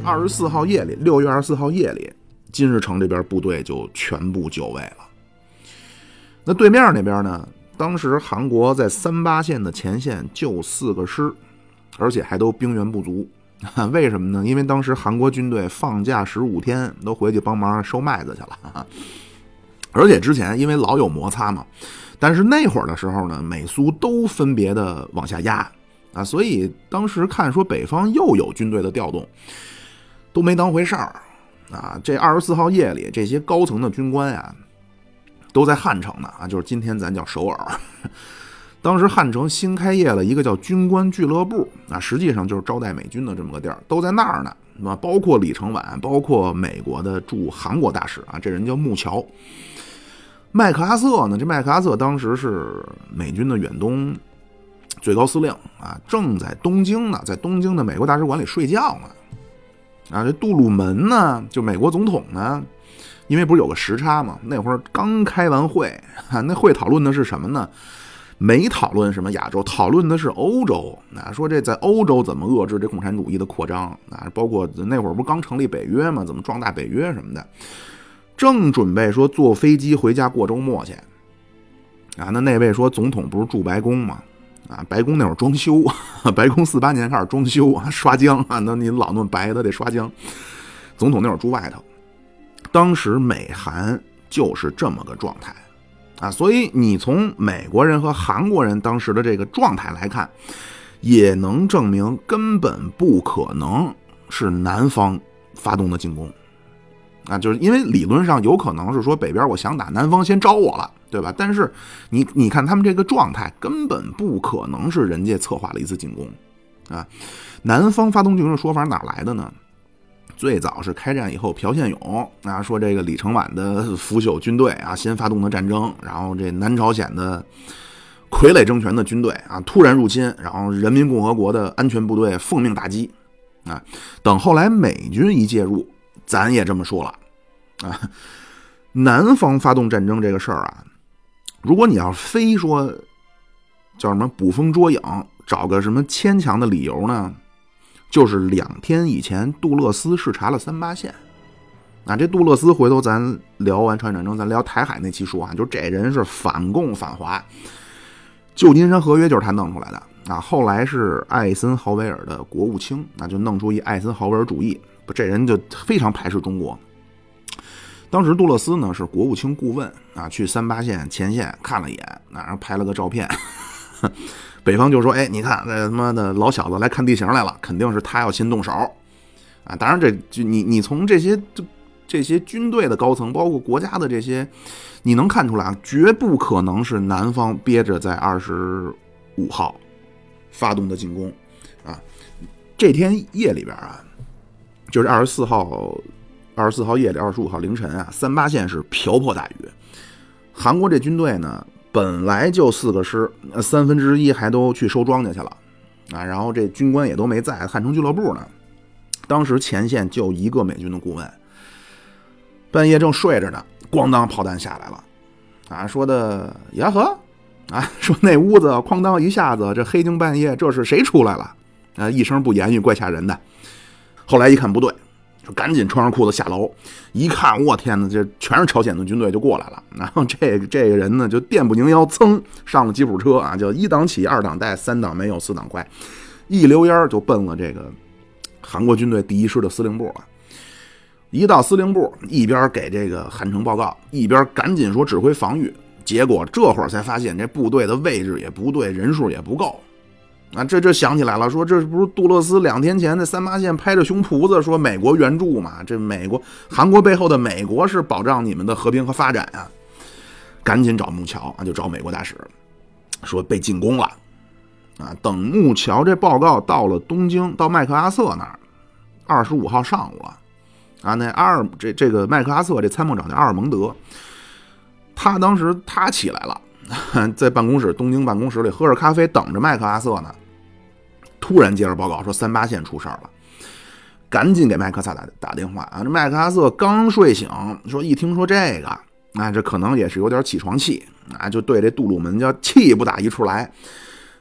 24号夜里，6月24号夜里，金日成这边部队就全部就位了。那对面那边呢，当时韩国在38线的前线就4个师，而且还都兵源不足。为什么呢？因为当时韩国军队放假15天，都回去帮忙收麦子去了。而且之前因为老有摩擦嘛，但是那会儿的时候呢，美苏都分别的往下压啊，所以当时看说北方又有军队的调动，都没当回事儿啊。这24号夜里，这些高层的军官呀，都在汉城呢啊，就是今天咱叫首尔。当时汉城新开业了一个叫军官俱乐部啊，实际上就是招待美军的这么个地儿，都在那儿呢。包括李承晚，包括美国的驻韩国大使啊，这人叫木桥。麦克阿瑟呢，这麦克阿瑟当时是美军的远东最高司令啊，正在东京呢，在东京的美国大使馆里睡觉呢。啊，这杜鲁门呢，就美国总统呢，因为不是有个时差嘛，那会儿刚开完会啊，那会讨论的是什么呢？没讨论什么亚洲，讨论的是欧洲啊，说这在欧洲怎么遏制这共产主义的扩张啊，包括那会儿不是刚成立北约嘛，怎么壮大北约什么的。正准备说坐飞机回家过周末去啊，那位说总统不是住白宫嘛啊，白宫那会儿装修，白宫48年开始装修啊，刷浆啊，那你老弄白的得刷浆。总统那会儿住外头，当时美韩就是这么个状态啊，所以你从美国人和韩国人当时的这个状态来看，也能证明根本不可能是南方发动的进攻啊，就是因为理论上有可能是说北边我想打，南方先招我了，对吧？但是你看他们这个状态，根本不可能是人家策划了一次进攻啊。南方发动进攻的说法哪来的呢？最早是开战以后，朴宪勇啊说这个李承晚的腐朽军队啊先发动的战争，然后这南朝鲜的傀儡政权的军队啊突然入侵，然后人民共和国的安全部队奉命打击啊。等后来美军一介入，咱也这么说了啊。南方发动战争这个事儿啊，如果你要非说叫什么捕风捉影，找个什么牵强的理由呢？就是2天以前，杜勒斯视察了38线啊。这杜勒斯回头咱聊完朝鲜战争，咱聊台海那期说啊，就这人是反共反华，旧金山合约就是他弄出来的啊。后来是艾森豪威尔的国务卿，那就弄出一艾森豪威尔主义，这人就非常排斥中国。当时杜勒斯呢是国务卿顾问啊，去38线前线看了一眼，然后拍了个照片。北方就说：“哎，你看，这他妈的老小子来看地形来了，肯定是他要先动手啊！”当然，这就你从这些军队的高层，包括国家的这些，你能看出来啊，绝不可能是南方憋着在25号发动的进攻啊！这天夜里边啊，就是24号夜里，25号凌晨啊，38线是瓢泼大雨。韩国这军队呢，本来就4个师，1/3还都去收庄稼去了啊，然后这军官也都没在汉城俱乐部呢。当时前线就1个美军的顾问，半夜正睡着呢，咣当炮弹下来了啊，说的呀呵啊，说那屋子哐当一下子，这黑更半夜这是谁出来了啊？一声不言语，怪吓人的。后来一看不对，就赶紧穿上裤子下楼，一看我天哪，这全是朝鲜的军队就过来了。然后这个人呢就电不宁腰，噌上了吉普车啊，就1档起2档带3档没有4档快，一溜烟就奔了这个韩国军队第1师的司令部了。一到司令部，一边给这个汉城报告，一边赶紧说指挥防御。结果这会儿才发现这部队的位置也不对，人数也不够啊！这想起来了，说这不是杜勒斯2天前在38线拍着胸脯子说美国援助嘛？这韩国背后的美国是保障你们的和平和发展啊！赶紧找木桥啊，就找美国大使，说被进攻了啊！等木桥这报告到了东京，到麦克阿瑟那儿，25号上午了啊！那这个麦克阿瑟这参谋长叫阿尔蒙德，他当时他起来了。在办公室，东京办公室里喝着咖啡，等着麦克阿瑟呢。突然接着报告说38线出事了，赶紧给麦克萨打电话啊！这麦克阿瑟刚睡醒，说一听说这个，这可能也是有点起床气啊，就对这杜鲁门叫气不打一处来，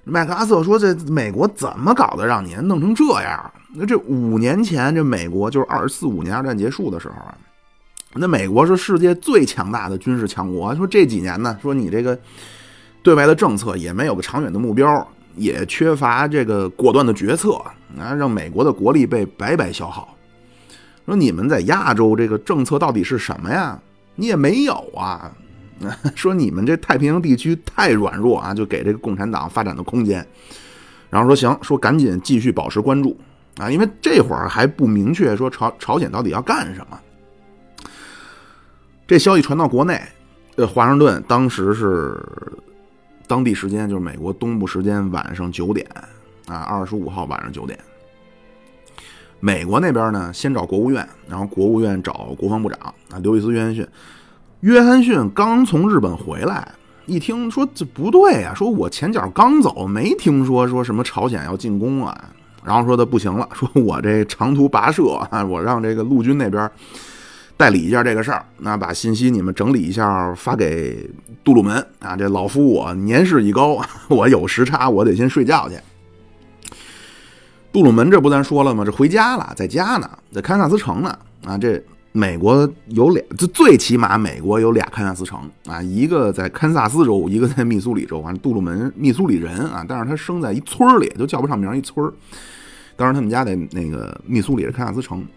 麦克阿瑟说：“这美国怎么搞的，让你弄成这样？那这5年前，这美国就是245年二战结束的时候啊，那美国是世界最强大的军事强国。说这几年呢，说你这个对外的政策也没有个长远的目标，也缺乏这个果断的决策啊，让美国的国力被白白消耗。说你们在亚洲这个政策到底是什么呀？你也没有啊。”说你们这太平洋地区太软弱啊，就给这个共产党发展的空间。然后说行，说赶紧继续保持关注啊，因为这会儿还不明确说朝鲜到底要干什么。这消息传到国内，华盛顿当时是当地时间，就是美国东部时间晚上9点啊，25号晚上9点。美国那边呢，先找国务院，然后国务院找国防部长啊，刘易斯·约翰逊。约翰逊刚从日本回来，一听说这不对啊，说我前脚刚走，没听说什么朝鲜要进攻啊，然后说的不行了，说我这长途跋涉啊，我让这个陆军那边代理一下这个事儿，那把信息你们整理一下发给杜鲁门啊，这老夫我年事已高，我有时差，我得先睡觉去。杜鲁门这不咱说了吗？这回家了，在家呢，在堪萨斯城呢啊，这。美国有最起码美国有俩堪萨斯城啊，一个在堪萨斯州，一个在密苏里州。杜鲁门密苏里人啊，但是他生在一村里，就叫不上名一村。当然他们家在那个密苏里的堪萨斯城。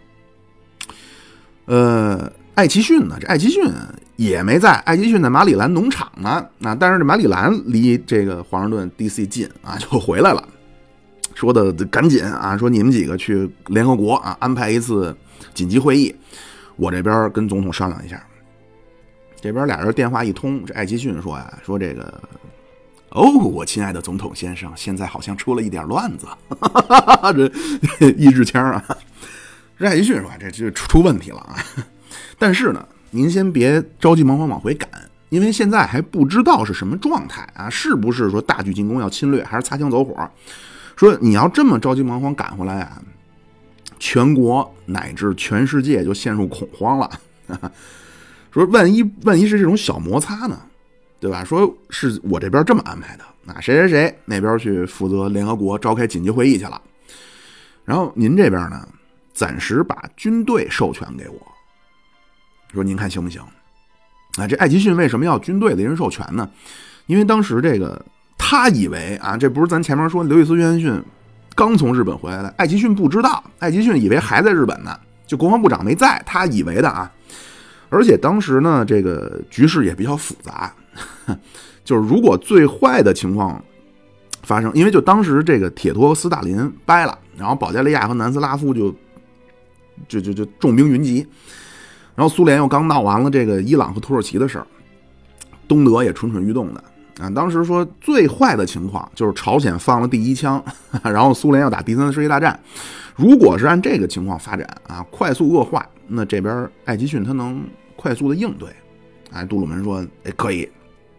艾奇逊呢？这艾奇逊也没在，艾奇逊在马里兰农场呢啊，但是这马里兰离这个华盛顿 DC 近啊，就回来了。说的赶紧啊，说你们几个去联合国啊，安排一次紧急会议。我这边跟总统商量一下，这边俩人电话一通，这艾奇逊说呀，说这个，我亲爱的总统先生，现在好像出了一点乱子，这一支枪啊。这艾奇逊说这出问题了啊，但是呢，您先别着急忙慌往回赶，因为现在还不知道是什么状态啊，是不是说大举进攻要侵略，还是擦枪走火？说你要这么着急忙慌赶回来啊，全国乃至全世界就陷入恐慌了。说万一是这种小摩擦呢，对吧？说是我这边这么安排的，那谁那边去负责联合国召开紧急会议去了，然后您这边呢，暂时把军队授权给我，说您看行不行？啊，这艾奇逊为什么要军队的人授权呢？因为当时这个他以为啊，这不是咱前面说刘易斯·约翰逊刚从日本回来的，艾奇逊不知道，艾奇逊以为还在日本呢，就国防部长没在，他以为的啊。而且当时呢，这个局势也比较复杂，就是如果最坏的情况发生，因为就当时这个铁托斯大林掰了，然后保加利亚和南斯拉夫就重兵云集，然后苏联又刚闹完了这个伊朗和土耳其的事儿，东德也蠢蠢欲动的。啊，当时说最坏的情况就是朝鲜放了第一枪，然后苏联要打第3次世界大战。如果是按这个情况发展啊，快速恶化，那这边艾奇逊他能快速的应对。哎，杜鲁门说，哎，可以。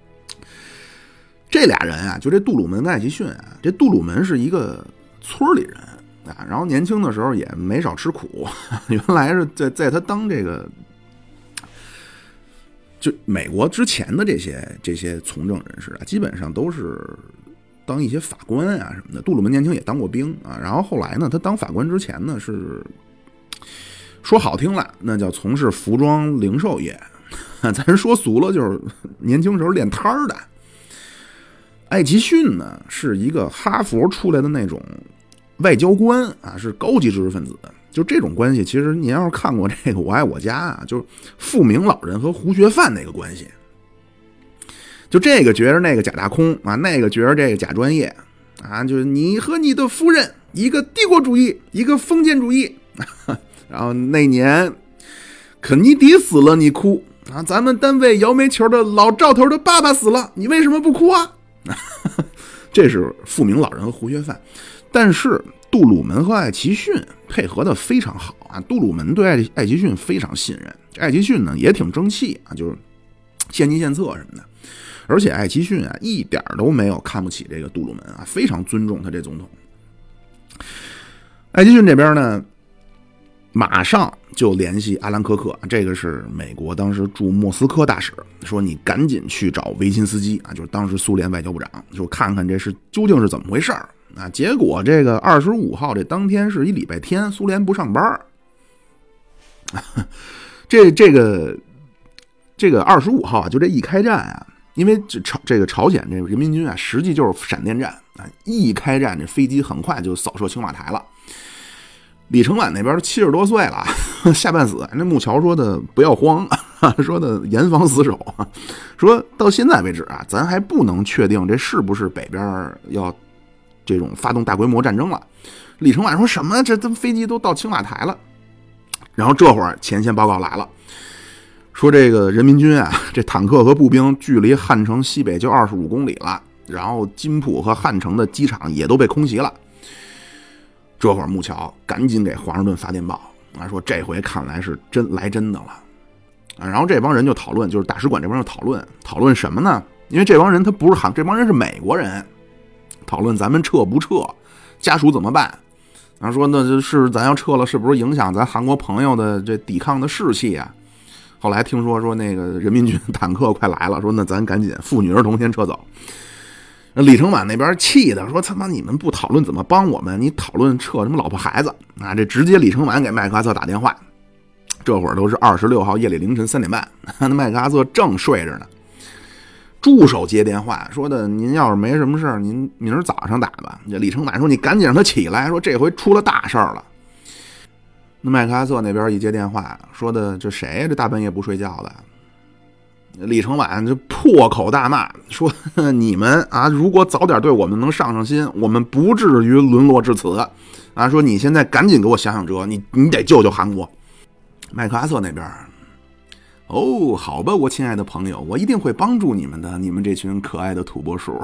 这俩人啊，就这杜鲁门跟艾奇逊啊，这杜鲁门是一个村里人啊，然后年轻的时候也没少吃苦，原来是在他当这个。就美国之前的这些从政人士啊，基本上都是当一些法官啊什么的。杜鲁门年轻也当过兵啊，然后后来呢，他当法官之前呢是说好听了，那叫从事服装零售业，咱说俗了就是年轻时候练摊儿的。艾奇逊呢是一个哈佛出来的那种外交官啊，是高级知识分子。就这种关系，其实您要是看过这个《我爱我家》啊，就是富明老人和胡学范那个关系，就这个觉着那个假大空啊，那个觉着这个假专业啊，就是你和你的夫人，一个帝国主义，一个封建主义，然后那年肯尼迪死了你哭啊，咱们单位摇煤球的老赵头的爸爸死了，你为什么不哭啊？这是富明老人和胡学范，但是杜鲁门和艾奇逊配合的非常好啊，杜鲁门对艾奇逊非常信任，艾奇逊呢也挺争气啊，就是献计献策什么的，而且艾奇逊啊一点都没有看不起这个杜鲁门啊，非常尊重他这总统。艾奇逊这边呢，马上就联系阿兰科克，这个是美国当时驻莫斯科大使，说你赶紧去找维钦斯基啊，就是当时苏联外交部长，说看看这是究竟是怎么回事啊。结果这个25号这当天是一礼拜天，苏联不上班。这个25号啊，就这一开战啊，因为这个朝鲜这个人民军啊，实际就是闪电战啊，一开战这飞机很快就扫射青瓦台了。李承晚那边70多岁了，下半死。那木桥说的不要慌，说的严防死守。说到现在为止啊，咱还不能确定这是不是北边要这种发动大规模战争了。李承晚说什么？这飞机都到青瓦台了。然后这会儿前线报告来了，说这个人民军啊，这坦克和步兵距离汉城西北就25公里了，然后金浦和汉城的机场也都被空袭了。这会儿木桥赶紧给华盛顿发电报啊，说这回看来是来真的了啊。然后这帮人就讨论，就是大使馆这帮人讨论什么呢？因为这帮人他不是这帮人是美国人，讨论咱们撤不撤，家属怎么办。然后说那是咱要撤了，是不是影响咱韩国朋友的这抵抗的士气啊？后来听说那个人民军坦克快来了，说那咱赶紧妇女儿童先撤走。李承晚那边气的说：“他妈你们不讨论怎么帮我们，你讨论撤什么老婆孩子啊？”这直接李承晚给麦克阿瑟打电话。这会儿都是26号夜里凌晨3点半，那麦克阿瑟正睡着呢。助手接电话说的：“您要是没什么事儿，您明儿早上打吧。”这李承晚说：“你赶紧让他起来，说这回出了大事儿了。”那麦克阿瑟那边一接电话说的：“这谁呀？这大半夜不睡觉的？”李承晚就破口大骂说：“你们啊，如果早点对我们能上心，我们不至于沦落至此啊！说你现在赶紧给我想想辙，你得救救韩国。”麦克阿瑟那边，哦，好吧，我亲爱的朋友，我一定会帮助你们的，你们这群可爱的土拨鼠。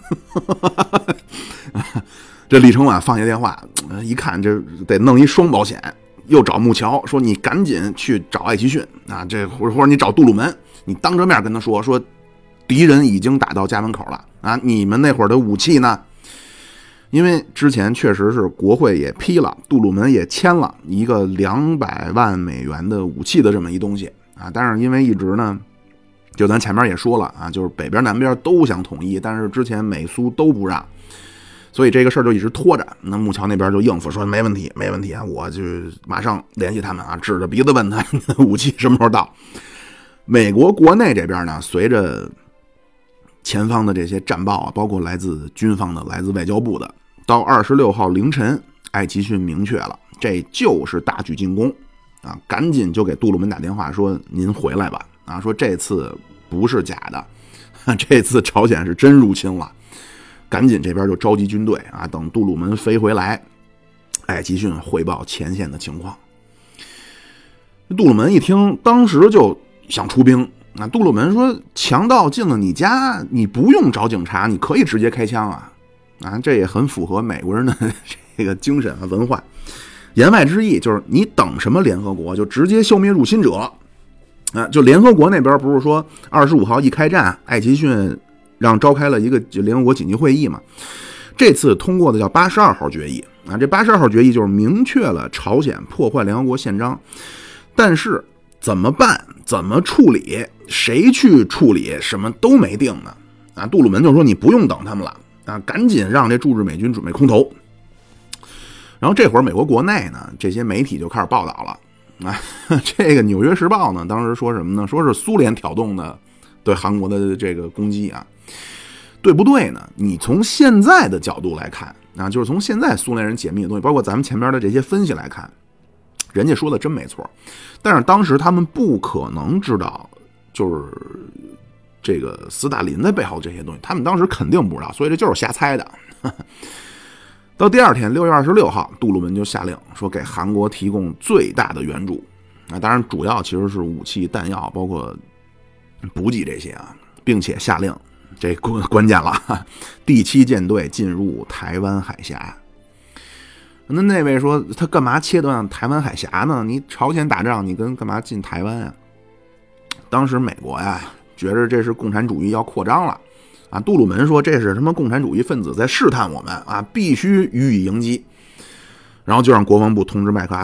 这李承晚放下电话，一看这得弄一双保险，又找木桥说：“你赶紧去找艾奇逊啊，这或者你找杜鲁门。”你当着面跟他说敌人已经打到家门口了啊！你们那会儿的武器呢？因为之前确实是国会也批了，杜鲁门也签了一个200万美元的武器的这么一东西啊。但是因为一直呢，就咱前面也说了啊，就是北边南边都想统一，但是之前美苏都不让，所以这个事儿就一直拖着。那木桥那边就应付说没问题啊，我就马上联系他们啊，指着鼻子问他武器什么时候到。美国国内这边呢，随着前方的这些战报啊，包括来自军方的、来自外交部的，到26号凌晨，艾奇逊明确了，这就是大举进攻啊！赶紧就给杜鲁门打电话说：“您回来吧！啊，说这次不是假的，这次朝鲜是真入侵了。”赶紧这边就召集军队啊，等杜鲁门飞回来，艾奇逊汇报前线的情况。杜鲁门一听，当时就想出兵。那杜鲁门说：“强盗进了你家，你不用找警察，你可以直接开枪啊！啊，这也很符合美国人的这个精神和文化。言外之意就是你等什么联合国，就直接消灭入侵者。啊，就联合国那边不是说25号一开战，艾奇逊让召开了一个联合国紧急会议嘛？这次通过的叫82号决议啊，这82号决议就是明确了朝鲜破坏联合国宪章，但是怎么办？怎么处理？谁去处理？什么都没定呢。啊，杜鲁门就说你不用等他们了啊，赶紧让这驻日美军准备空投。然后这会儿美国国内呢，这些媒体就开始报道了啊。这个《纽约时报》呢，当时说什么呢？说是苏联挑动的对韩国的这个攻击啊，对不对呢？你从现在的角度来看啊，就是从现在苏联人解密的东西，包括咱们前面的这些分析来看。人家说的真没错，但是当时他们不可能知道，就是这个斯大林在背后这些东西，他们当时肯定不知道，所以这就是瞎猜的。到第二天6月26号，杜鲁门就下令说给韩国提供最大的援助，啊，当然主要其实是武器、弹药，包括补给这些啊，并且下令，这关键了，第7舰队进入台湾海峡。那位说他干嘛切断台湾海峡呢？你朝鲜打仗，你干嘛进台湾啊？当时美国呀觉得这是共产主义要扩张了啊。杜鲁门说这是什么共产主义分子在试探我们啊，必须予以迎击。然后就让国防部通知麦克阿瑟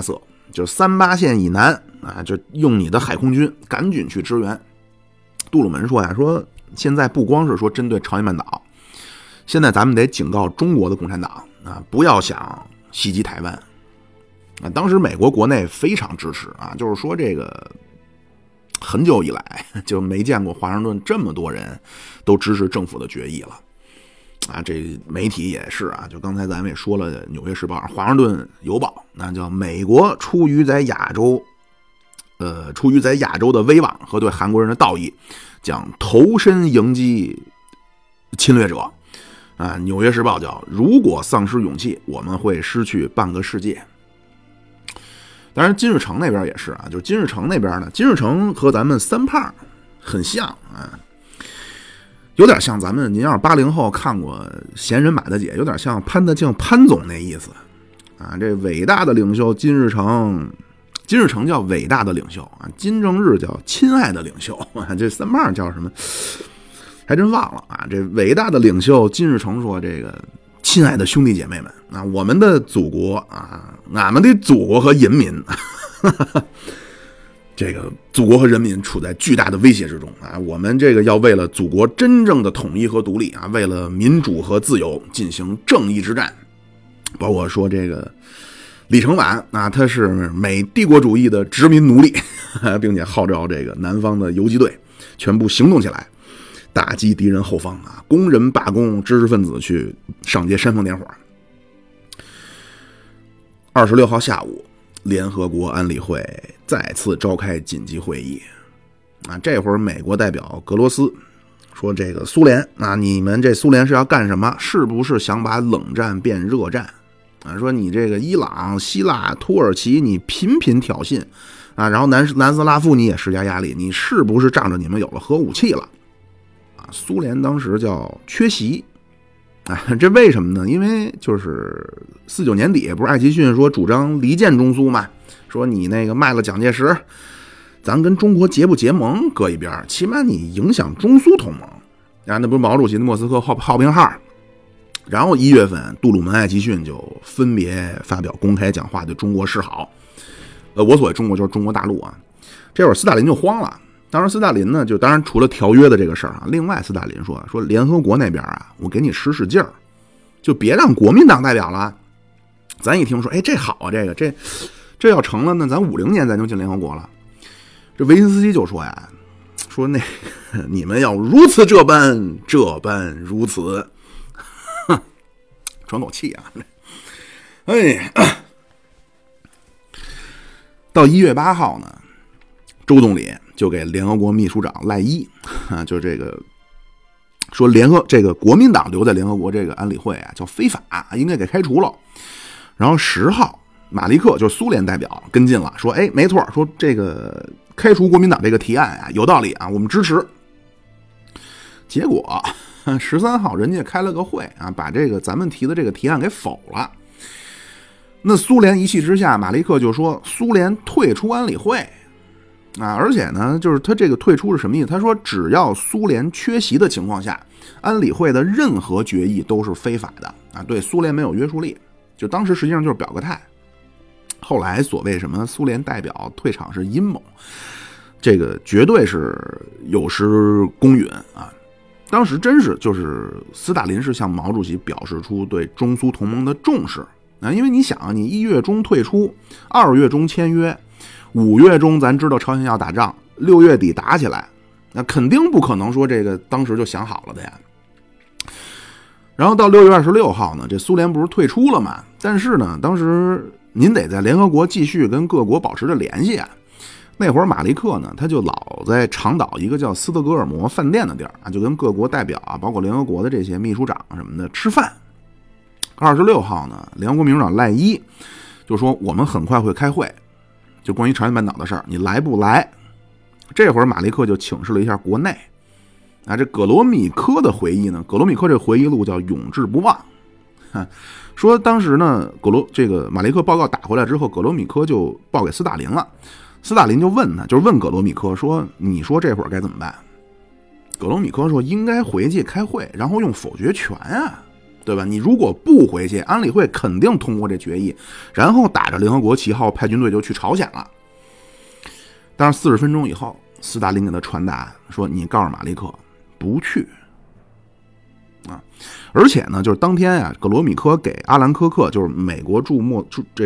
就三八线以南啊，就用你的海空军赶紧去支援。杜鲁门说呀，说现在不光是说针对朝鲜半岛，现在咱们得警告中国的共产党啊，不要想袭击台湾啊。当时美国国内非常支持啊，就是说这个很久以来就没见过华盛顿这么多人都支持政府的决议了啊。这媒体也是啊，就刚才咱们也说了，《纽约时报》、《华盛顿邮报》，那叫美国出于在亚洲的威望和对韩国人的道义，将投身迎击侵略者啊。《纽约时报》叫如果丧失勇气，我们会失去半个世界。当然金日成那边也是啊，就是金日成那边呢，金日成和咱们三胖很像啊，有点像咱们，您要是80后看过闲人马大姐，有点像潘德庆潘总那意思啊。这伟大的领袖金日成叫伟大的领袖啊，金正日叫亲爱的领袖啊，这三胖叫什么还真忘了啊。这伟大的领袖金日成说，这个亲爱的兄弟姐妹们啊，我们的祖国啊，俺们的祖国和人民这个祖国和人民处在巨大的威胁之中啊，我们这个要为了祖国真正的统一和独立啊，为了民主和自由进行正义之战。包括说这个李承晚啊，他是美帝国主义的殖民奴隶，并且号召这个南方的游击队全部行动起来，打击敌人后方啊！工人罢工，知识分子去上街煽风点火。26号下午，联合国安理会再次召开紧急会议啊！这会儿美国代表格罗斯说：“这个苏联啊，你们这苏联是要干什么？是不是想把冷战变热战？啊，说你这个伊朗、希腊、土耳其，你频频挑衅啊，然后南斯拉夫你也施加压力，你是不是仗着你们有了核武器了？”苏联当时叫缺席啊，这为什么呢？因为就是49年底，不是艾奇逊说主张离间中苏嘛，说你那个卖了蒋介石，咱跟中国结不结盟搁一边，起码你影响中苏同盟啊，那不是毛主席的莫斯科号兵号。然后1月份，杜鲁门、艾奇逊就分别发表公开讲话，对中国示好。我所谓中国就是中国大陆啊。这会儿斯大林就慌了。当时斯大林呢，就当然除了条约的这个事儿啊，另外斯大林说联合国那边啊，我给你使劲儿，就别让国民党代表了。咱一听说，哎，这好啊，这要成了呢，咱50年咱就进联合国了。这维金斯基就说呀，说那你们要如此这般如此，喘口气啊。哎，到1月8号呢，周总理就给联合国秘书长赖伊啊，就这个说这个国民党留在联合国这个安理会啊叫非法，应该给开除了。然后10号马利克就是苏联代表跟进了，说哎没错，说这个开除国民党这个提案啊有道理啊，我们支持。结果13号人家开了个会啊，把这个咱们提的这个提案给否了。那苏联一气之下，马利克就说苏联退出安理会啊，而且呢，就是他这个退出是什么意思？他说只要苏联缺席的情况下，安理会的任何决议都是非法的啊，对苏联没有约束力。就当时实际上就是表个态。后来所谓什么苏联代表退场是阴谋，这个绝对是有失公允啊。当时真是就是斯大林是向毛主席表示出对中苏同盟的重视啊，因为你想啊，你1月中退出，2月中签约，5月中咱知道朝鲜要打仗，6月底打起来，那肯定不可能说这个当时就想好了的呀。然后到6月26号呢，这苏联不是退出了嘛？但是呢，当时您得在联合国继续跟各国保持着联系啊。那会儿马利克呢，他就老在长岛一个叫斯德哥尔摩饭店的地儿啊，就跟各国代表啊，包括联合国的这些秘书长什么的吃饭。26号呢，联合国秘书长赖伊就说我们很快会开会，就关于朝鲜半岛的事儿，你来不来？这会儿马利克就请示了一下国内啊，这葛罗米科的回忆呢，葛罗米科这回忆录叫《永志不忘》说当时呢，这个马利克报告打回来之后，葛罗米科就报给斯大林了。斯大林就问他，就是问葛罗米科说：“你说这会儿该怎么办？”葛罗米科说：“应该回去开会，然后用否决权啊。” 对吧？你如果不回去，安理会肯定通过这决议，然后打着联合国旗号派军队就去朝鲜了。但是40分钟以后，斯大林给他传达说：“你告诉马利克不去。”而且呢，就是当天啊，格罗米科给阿兰科克，就是美国驻莫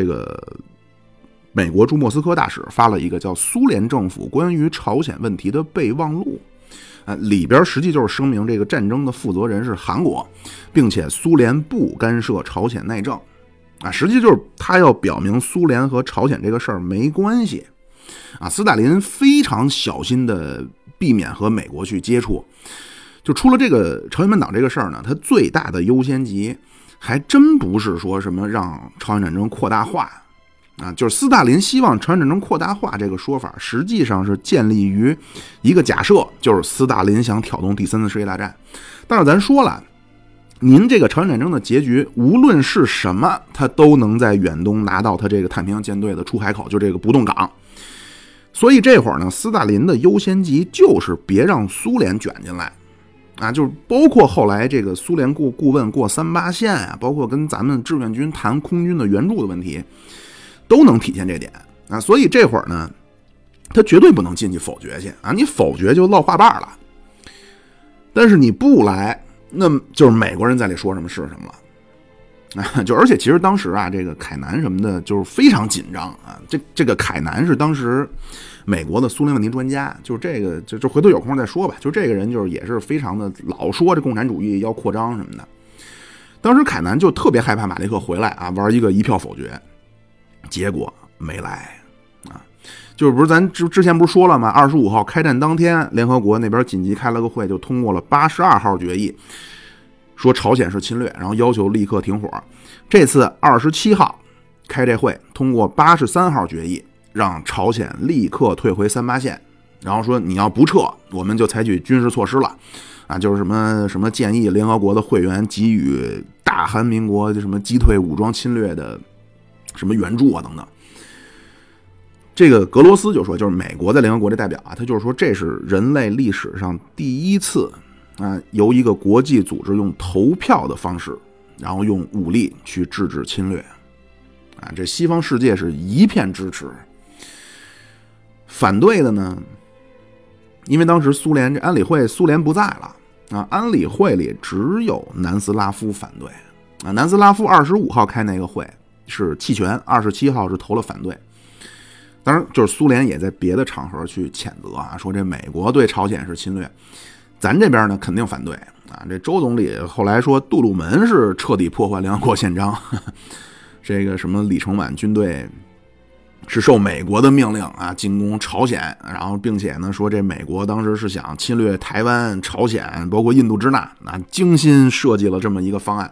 斯科大使发了一个叫《苏联政府关于朝鲜问题的备忘录》。里边实际就是声明这个战争的负责人是韩国，并且苏联不干涉朝鲜内政。实际就是他要表明苏联和朝鲜这个事儿没关系。斯大林非常小心的避免和美国去接触。就出了这个朝鲜半岛这个事儿呢，他最大的优先级还真不是说什么让朝鲜战争扩大化。就是斯大林希望朝鲜战争扩大化这个说法，实际上是建立于一个假设，就是斯大林想挑动第3次世界大战。但是咱说了，您这个朝鲜战争的结局，无论是什么，他都能在远东拿到他这个太平洋舰队的出海口，就这个不动港。所以这会儿呢，斯大林的优先级就是别让苏联卷进来。就是包括后来这个苏联顾问过38线啊，包括跟咱们志愿军谈空军的援助的问题，都能体现这点所以这会儿呢，他绝对不能进去否决去你否决就落话瓣了。但是你不来，那就是美国人在里说什么是什么了就而且其实当时这个凯南什么的就是非常紧张这个凯南是当时美国的苏联问题专家，就是这个就回头有空再说吧。就这个人就是也是非常的老说这共产主义要扩张什么的。当时凯南就特别害怕马利克回来玩一个一票否决，结果没来就是不是咱之前不是说了吗？25号开战当天，联合国那边紧急开了个会，就通过了82号决议，说朝鲜是侵略，然后要求立刻停火。这次27号开这会，通过83号决议，让朝鲜立刻退回38线，然后说你要不撤，我们就采取军事措施了就是什么建议联合国的会员给予大韩民国什么击退武装侵略的什么援助等等。这个格罗斯就说，就是美国在联合国的代表他就是说这是人类历史上第一次由一个国际组织用投票的方式，然后用武力去制止侵略这西方世界是一片支持。反对的呢，因为当时苏联这安理会苏联不在了安理会里只有南斯拉夫反对南斯拉夫25号开那个会是弃权，27号是投了反对。当然就是苏联也在别的场合去谴责说这美国对朝鲜是侵略，咱这边呢肯定反对这周总理后来说杜鲁门是彻底破坏联合国宪章这个什么李承晚军队是受美国的命令进攻朝鲜，然后并且呢说这美国当时是想侵略台湾、朝鲜包括印度支那精心设计了这么一个方案。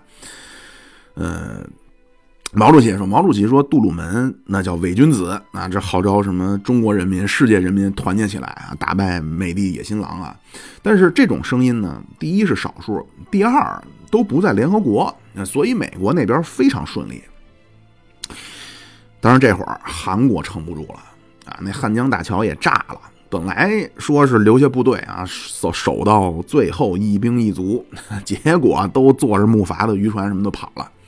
毛主席说杜鲁门那叫伪君子这号召什么中国人民、世界人民团结起来打败美帝野心狼但是这种声音呢，第一是少数，第二都不在联合国所以美国那边非常顺利。当然这会儿韩国撑不住了那汉江大桥也炸了，本来说是留下部队守到最后一兵一卒，结果都坐着木筏的渔船什么都跑了。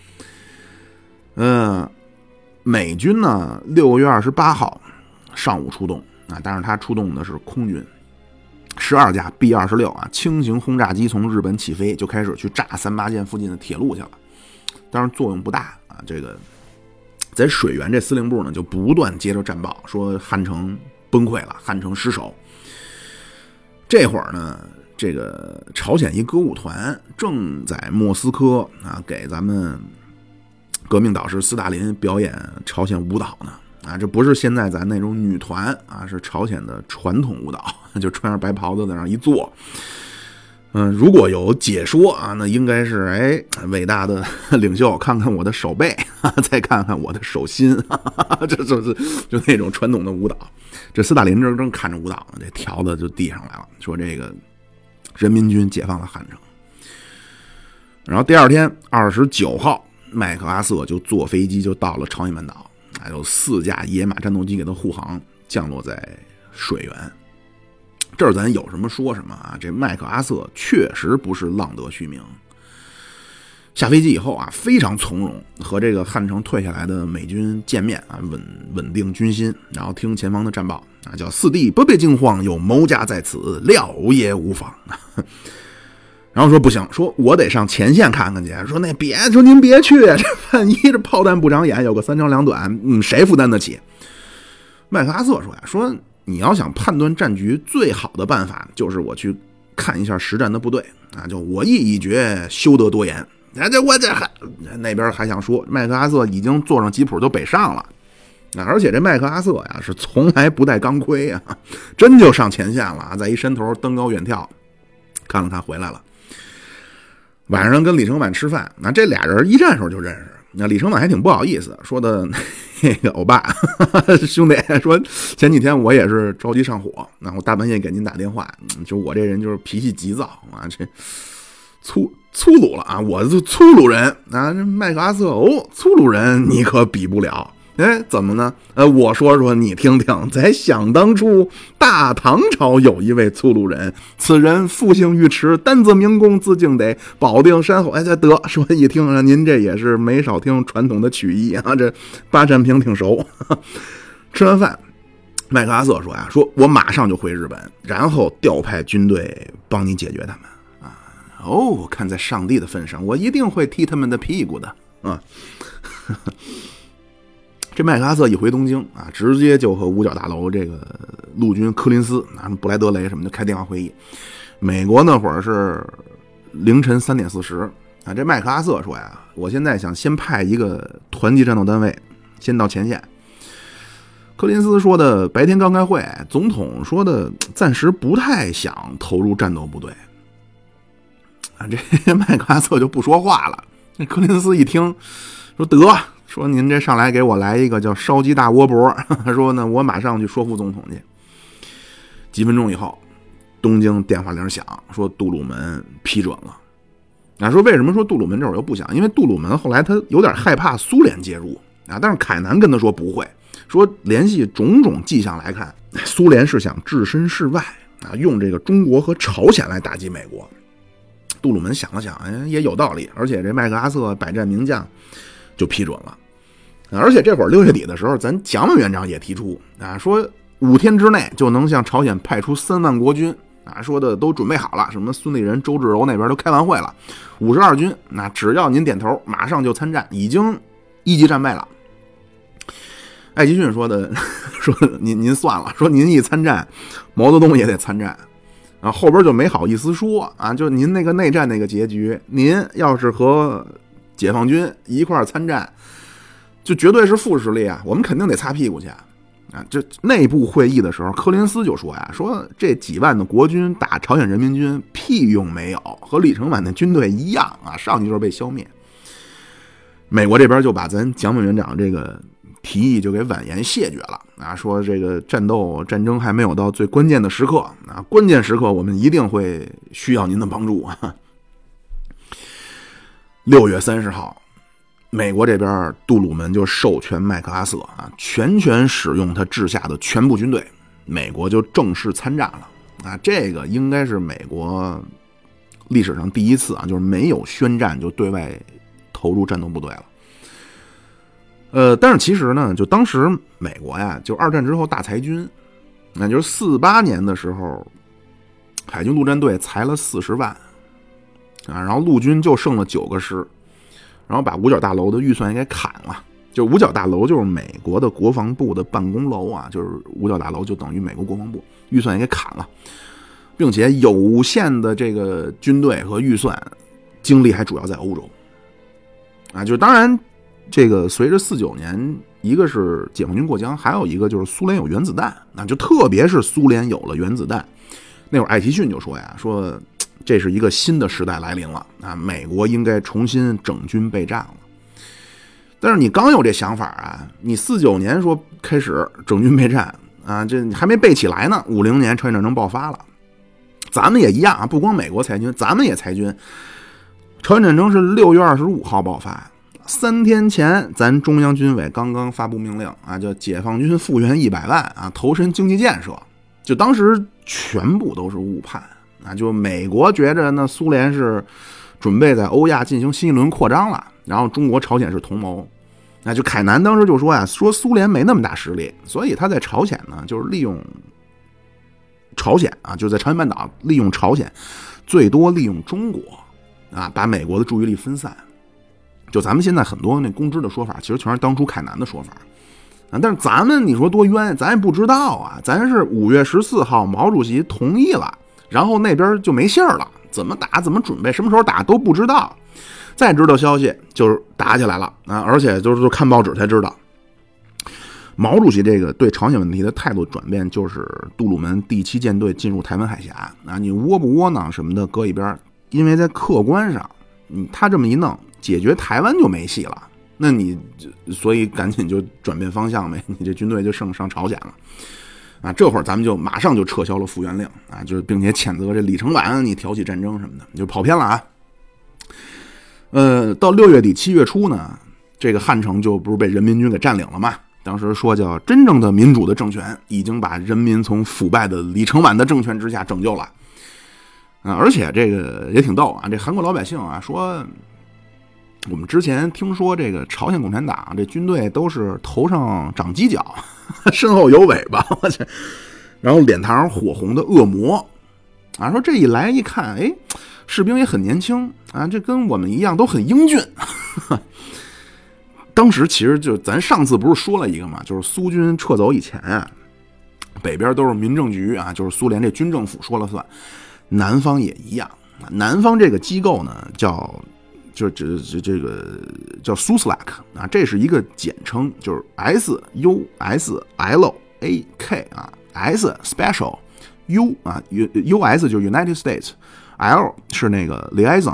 美军呢6月28号上午出动但是他出动的是空军，12架 B-26轻型轰炸机从日本起飞，就开始去炸38线附近的铁路去了。当然作用不大这个在水源这司令部呢就不断接着战报，说汉城崩溃了，汉城失守。这会儿呢，这个朝鲜一歌舞团正在莫斯科给咱们革命导师斯大林表演朝鲜舞蹈呢这不是现在咱那种女团是朝鲜的传统舞蹈，就穿上白袍子在那一坐。如果有解说那应该是伟大的领袖，看看我的手背再看看我的手心这就那种传统的舞蹈。这斯大林正看着舞蹈呢，这条子就递上来了，说这个人民军解放了汉城。然后第二天29号麦克阿瑟就坐飞机就到了朝鲜半岛，有4架野马战斗机给他护航，降落在水源。这儿咱有什么说什么这麦克阿瑟确实不是浪得虚名。 下飞机以后啊，非常从容，和这个汉城退下来的美军见面啊，稳定军心，然后听前方的战报啊，叫四弟不必惊慌，有谋家在此，料也无妨。然后说不行，说我得上前线看看去。说说您别去，这万一这炮弹不长眼，有个三长两短，谁负担得起？麦克阿瑟说呀，说你要想判断战局，最好的办法就是我去看一下实战的部队啊，就我意已决，休得多言。那边还想说，麦克阿瑟已经坐上吉普都北上了。而且这麦克阿瑟呀是从来不带钢盔啊，真就上前线了，在一山头登高远眺，看了看回来了。晚上跟李承晚吃饭，那这俩人一战时候就认识。那李承晚还挺不好意思，说的那个欧巴兄弟，说前几天我也是着急上火，然后大半夜给您打电话，就我这人就是脾气急躁啊，这粗鲁了啊，我是粗鲁人啊。这麦克阿瑟粗鲁人你可比不了。怎么呢？我说你听听，在想当初，大唐朝有一位粗鲁人，此人复姓尉迟，单字明公，字敬得，保定山后。得说一听，您这也是没少听传统的曲艺啊，这八扇屏挺熟。吃完饭，麦克阿瑟说呀，说我马上就回日本，然后调派军队帮你解决他们啊。看在上帝的份上，我一定会踢他们的屁股的啊。这麦克阿瑟一回东京啊，直接就和五角大楼这个陆军柯林斯啊、布莱德雷什么的开电话会议。美国那会儿是凌晨3点40啊。这麦克阿瑟说呀，我现在想先派一个团级战斗单位先到前线。柯林斯说的白天刚开会，总统说的暂时不太想投入战斗部队啊。这麦克阿瑟就不说话了。这柯林斯一听说得。说您这上来给我来一个叫烧鸡大窝脖，说呢我马上去说服总统去。几分钟以后，东京电话铃响，说杜鲁门批准了。说为什么说杜鲁门这会儿又不响？因为杜鲁门后来他有点害怕苏联介入啊，但是凯南跟他说不会，说联系种种迹象来看，苏联是想置身事外啊，用这个中国和朝鲜来打击美国。杜鲁门想了想，也有道理，而且这麦克阿瑟百战名将。就批准了。而且这会儿6月底的时候，咱蒋委员长也提出啊，说5天之内就能向朝鲜派出3万国军啊，说的都准备好了，什么孙立人、周至柔那边都开完会了，52军，那只要您点头，马上就参战，已经1级战备了。艾奇逊说的，说您算了，说您一参战，毛泽东也得参战，然后后边就没好意思说啊，就您那个内战那个结局，您要是和解放军一块参战，就绝对是副实力啊！我们肯定得擦屁股去啊！这内部会议的时候，柯林斯就说呀，说这几万的国军打朝鲜人民军屁用没有，和李承晚的军队一样啊，上去就是被消灭。美国这边就把咱蒋委员长这个提议就给婉言谢绝了啊，说这个战争还没有到最关键的时刻啊，关键时刻我们一定会需要您的帮助啊。6月30号，美国这边杜鲁门就授权麦克阿瑟啊，全权使用他治下的全部军队，美国就正式参战了啊。这个应该是美国历史上第一次啊，就是没有宣战就对外投入战斗部队了。但是其实呢，就当时美国呀，就2战之后大裁军，那就是48年的时候，海军陆战队裁了40万。然后陆军就剩了9个师，然后把五角大楼的预算也给砍了。就五角大楼就是美国的国防部的办公楼啊，就是五角大楼就等于美国国防部，预算也给砍了，并且有限的这个军队和预算，精力还主要在欧洲啊。就当然，这个随着49年，一个是解放军过江，还有一个就是苏联有原子弹，那就特别是苏联有了原子弹，那会儿艾奇逊就说呀，说。这是一个新的时代来临了啊！美国应该重新整军备战了。但是你刚有这想法啊，你49年说开始整军备战啊，这还没备起来呢。50年朝鲜战争爆发了，咱们也一样啊，不光美国裁军，咱们也裁军。朝鲜战争是6月25号爆发，3天前咱中央军委刚刚发布命令啊，叫解放军复员100万啊，投身经济建设。就当时全部都是误判。啊，就美国觉着呢，苏联是准备在欧亚进行新一轮扩张了。然后中国、朝鲜是同谋。那就凯南当时就说呀，说苏联没那么大实力，所以他在朝鲜呢，就是利用朝鲜啊，就在朝鲜半岛利用朝鲜，最多利用中国啊，把美国的注意力分散。就咱们现在很多那公知的说法，其实全是当初凯南的说法啊。但是咱们你说多冤，咱也不知道啊。咱是5月14号毛主席同意了，然后那边就没信儿了，怎么打、怎么准备、什么时候打都不知道。再知道消息就是打起来了啊，而且就是看报纸才知道。毛主席这个对朝鲜问题的态度转变，就是杜鲁门第7舰队进入台湾海峡啊，你窝不窝囊什么的搁一边，因为在客观上，他这么一弄，解决台湾就没戏了。那你所以赶紧就转变方向呗，你这军队就上朝鲜了啊。这会儿咱们就马上就撤销了复员令啊，就是并且谴责这李承晚你挑起战争什么的，你就跑偏了啊。到6月底7月初呢，这个汉城就不是被人民军给占领了吗？当时说叫真正的民主的政权已经把人民从腐败的李承晚的政权之下拯救了啊！而且这个也挺逗啊，这韩国老百姓啊说，我们之前听说这个朝鲜共产党这军队都是头上长犄角，身后有尾巴，我去，然后脸膛火红的恶魔啊！说这一来一看，哎。士兵也很年轻啊，这跟我们一样都很英俊。当时其实就咱上次不是说了一个嘛，就是苏军撤走以前啊，北边都是民政局啊，就是苏联这军政府说了算，南方也一样。南方这个机构呢叫这个叫 SUSLAK 啊，这是一个简称，就是 SUSLAK 啊 ，S Special U 啊 US 就是 United States。L 是那个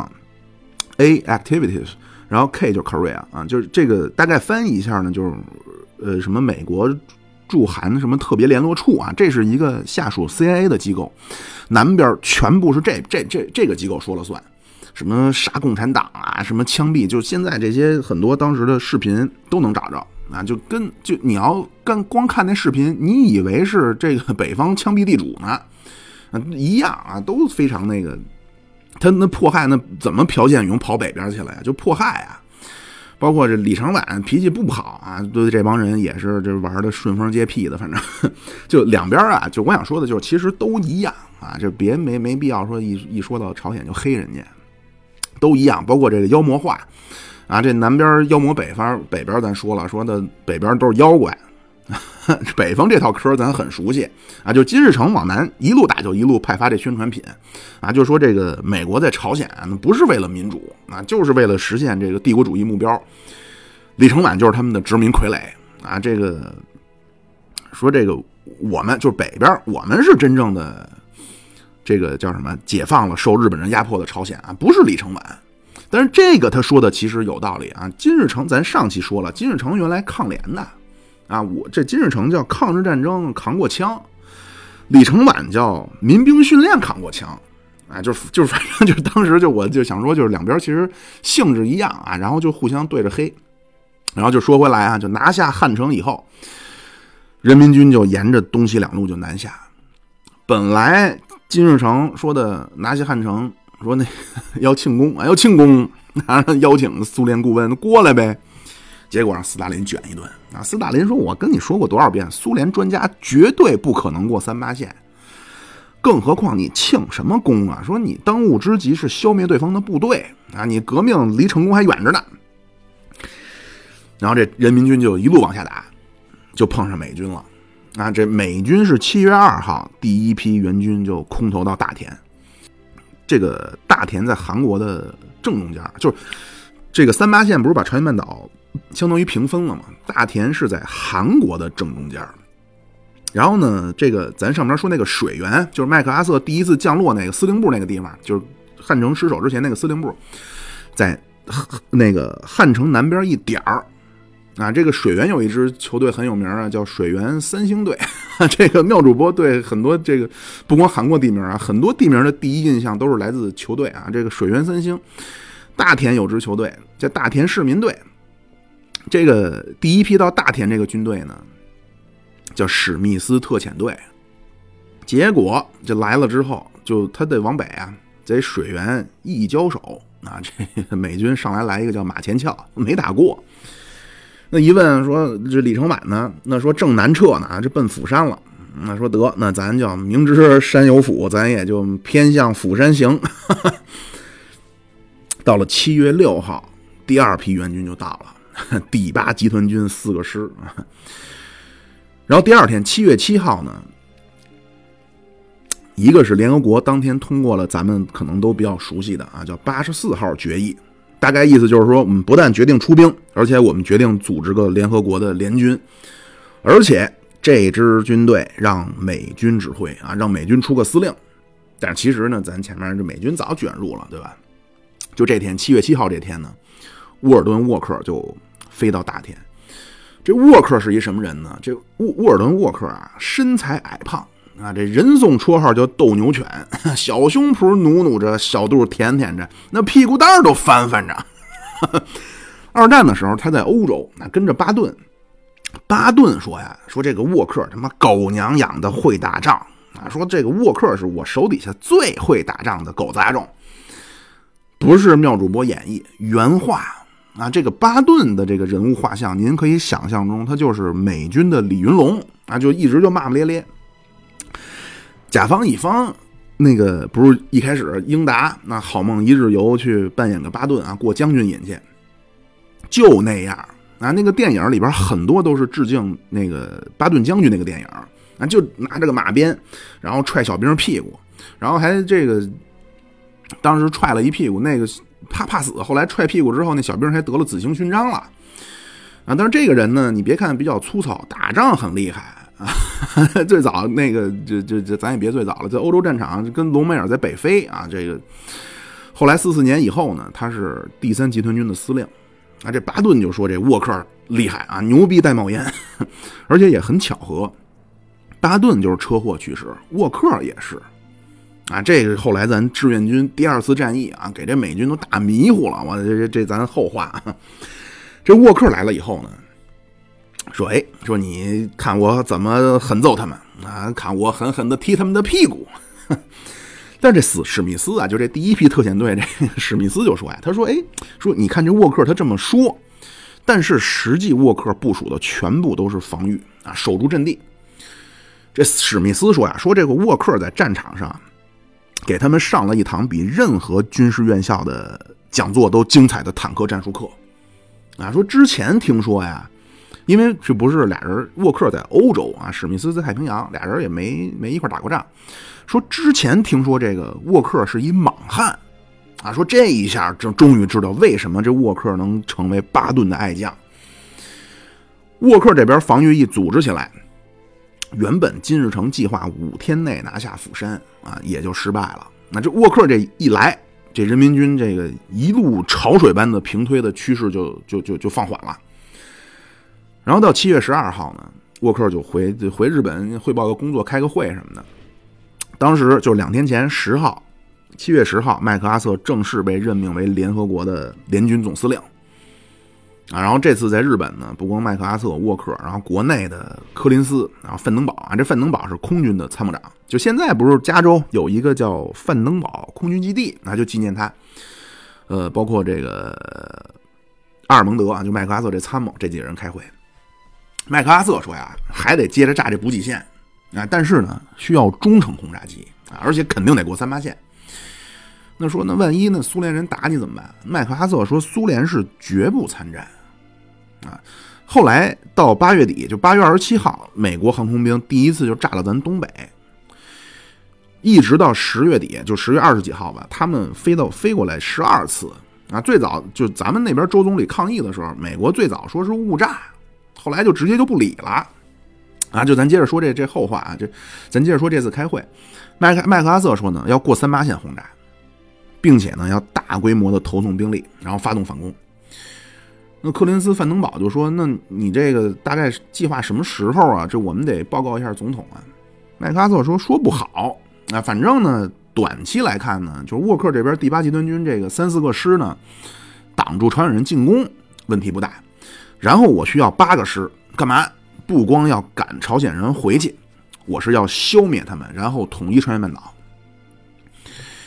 liaison，A activities， 然后 K 就是 Korea 啊，就是这个大概翻译一下呢，就是什么美国驻韩什么特别联络处啊，这是一个下属 CIA 的机构，南边全部是这个机构说了算，什么杀共产党啊，什么枪毙，就现在这些很多当时的视频都能找着啊，就你要光看那视频，你以为是这个北方枪毙地主呢，一样啊，都非常那个。他那迫害那怎么朴宪勇跑北边去了呀？就迫害啊！包括这李承晚脾气不好啊，对这帮人也是这玩的顺风接屁的，反正就两边啊，就我想说的就是其实都一样啊，就别没必要说一说到朝鲜就黑人家，都一样。包括这个妖魔化啊，这南边妖魔北边咱说了，说的北边都是妖怪。北方这套嗑咱很熟悉啊，就金日成往南一路打就一路派发这宣传品啊，就说这个美国在朝鲜啊，不是为了民主啊，就是为了实现这个帝国主义目标。李承晚就是他们的殖民傀儡啊，这个说这个我们就是北边，我们是真正的这个叫什么解放了受日本人压迫的朝鲜啊，不是李承晚。但是这个他说的其实有道理啊，金日成咱上期说了，金日成原来抗联的。啊，我这金日成叫抗日战争扛过枪，李承晚叫民兵训练扛过枪，啊，就是反正就是当时我就想说，就是两边其实性质一样啊，然后就互相对着黑，然后就说回来啊，就拿下汉城以后，人民军就沿着东西两路就南下。本来金日成说的拿下汉城，说那要庆功啊，要庆功，邀请苏联顾问过来呗。结果让斯大林卷一顿啊！斯大林说：“我跟你说过多少遍，苏联专家绝对不可能过38线，更何况你庆什么功啊？说你当务之急是消灭对方的部队啊！你革命离成功还远着呢。”然后这人民军就一路往下打，就碰上美军了啊！这美军是7月2号第一批援军就空投到大田，这个大田在韩国的正中间，就是这个38线不是把朝鲜半岛相当于平分了嘛？大田是在韩国的正中间。然后呢，这个咱上面说那个水源，就是麦克阿瑟第一次降落那个司令部那个地方，就是汉城失守之前那个司令部，在那个汉城南边一点儿啊。这个水源有一支球队很有名啊，叫水源三星队。这个妙主播对很多这个不光韩国地名啊，很多地名的第一印象都是来自球队啊。这个水源三星，大田有支球队叫大田市民队。这个第一批到大田这个军队呢，叫史密斯特遣队。结果就来了之后，就他得往北啊，在水源一交手啊，这美军上来一个叫马前翘，没打过。那一问说这李承晚呢？那说正南撤呢，这奔釜山了。那说得，那咱就明知山有虎，咱也就偏向釜山行。到了7月6号，第2批援军就到了，第8集团军4个师。然后第2天7月7号呢，一个是联合国当天通过了咱们可能都比较熟悉的啊，叫84号决议，大概意思就是说，我们不但决定出兵，而且我们决定组织个联合国的联军，而且这支军队让美军指挥啊，让美军出个司令。但是其实呢，咱前面这美军早卷入了，对吧？就这天7月7号这天呢，沃尔顿沃克就飞到大田。这沃克是一什么人呢？这沃尔顿沃克啊，身材矮胖啊，这人送绰号叫斗牛犬，小胸脯努努着，小肚舔舔着，那屁股蛋都翻翻着。2战的时候，他在欧洲跟着巴顿。巴顿说呀，说这个沃克他妈狗娘养的会打仗啊，说这个沃克是我手底下最会打仗的狗杂种，不是妙主播演绎，原话啊。这个巴顿的这个人物画像，您可以想象中，他就是美军的李云龙啊，就一直就骂骂咧咧。甲方乙方那个不是一开始英达那好梦一日游去扮演个巴顿啊，过将军瘾去，就那样啊。那个电影里边很多都是致敬那个巴顿将军那个电影啊，就拿这个马鞭，然后踹小兵屁股，然后还这个当时踹了一屁股，那个怕死，后来踹屁股之后，那小兵还得了紫星勋章了啊。但是这个人呢，你别看比较粗糙，打仗很厉害。最早那个这咱也别最早了，在欧洲战场跟隆美尔在北非啊，这个后来44年以后呢，他是第3集团军的司令啊。这巴顿就说这沃克厉害啊，牛逼带冒烟，而且也很巧合，巴顿就是车祸去世，沃克也是啊。这个后来咱志愿军第2次战役啊，给这美军都打迷糊了，我这咱后话。这沃克来了以后呢，说说你看我怎么狠揍他们啊，看我狠狠的踢他们的屁股。但这史密斯啊，就这第1批特遣队这史密斯就说呀，他说说你看这沃克他这么说，但是实际沃克部署的全部都是防御啊，守住阵地。这史密斯说呀，说这个沃克在战场上给他们上了一堂比任何军事院校的讲座都精彩的坦克战术课啊。说之前听说呀，因为这不是俩人，沃克在欧洲啊，史密斯在太平洋，俩人也没一块打过仗。说之前听说这个沃克是一莽汉啊，说这一下终于知道为什么这沃克能成为巴顿的爱将。沃克这边防御一组织起来，原本金日成计划5天内拿下釜山啊，也就失败了。那这沃克这一来，这人民军这个一路潮水般的平推的趋势就放缓了。然后到7月12号呢，沃克就回日本汇报个工作，开个会什么的。当时就2天前10号，7月10号，麦克阿瑟正式被任命为联合国的联军总司令啊。然后这次在日本呢，不光麦克阿瑟、沃克，然后国内的柯林斯，然后范登堡啊，这范登堡是空军的参谋长。就现在不是加州有一个叫范登堡空军基地，那就纪念他。包括这个阿尔蒙德啊，就麦克阿瑟这参谋，这几个人开会。麦克阿瑟说呀，还得接着炸这补给线啊，但是呢，需要中程轰炸机啊，而且肯定得过38线。那说那万一呢，苏联人打你怎么办？麦克阿瑟说，苏联是绝不参战啊。后来到8月底，就8月27号，美国航空兵第一次就炸了咱东北，一直到10月底，就10月20几号吧，他们飞过来12次啊。最早就咱们那边周总理抗议的时候，美国最早说是误炸，后来就直接就不理了啊。就咱接着说这后话啊，咱接着说这次开会，麦克阿瑟说呢，要过38线轰炸，并且呢要大规模的投送兵力，然后发动反攻。那柯林斯范登堡就说，那你这个大概计划什么时候啊？这我们得报告一下总统啊。麦克阿瑟说不好啊，反正呢短期来看呢，就是沃克这边第8集团军这个3、4个师呢挡住朝鲜人进攻问题不大，然后我需要8个师干嘛？不光要赶朝鲜人回去，我是要消灭他们，然后统一朝鲜半岛。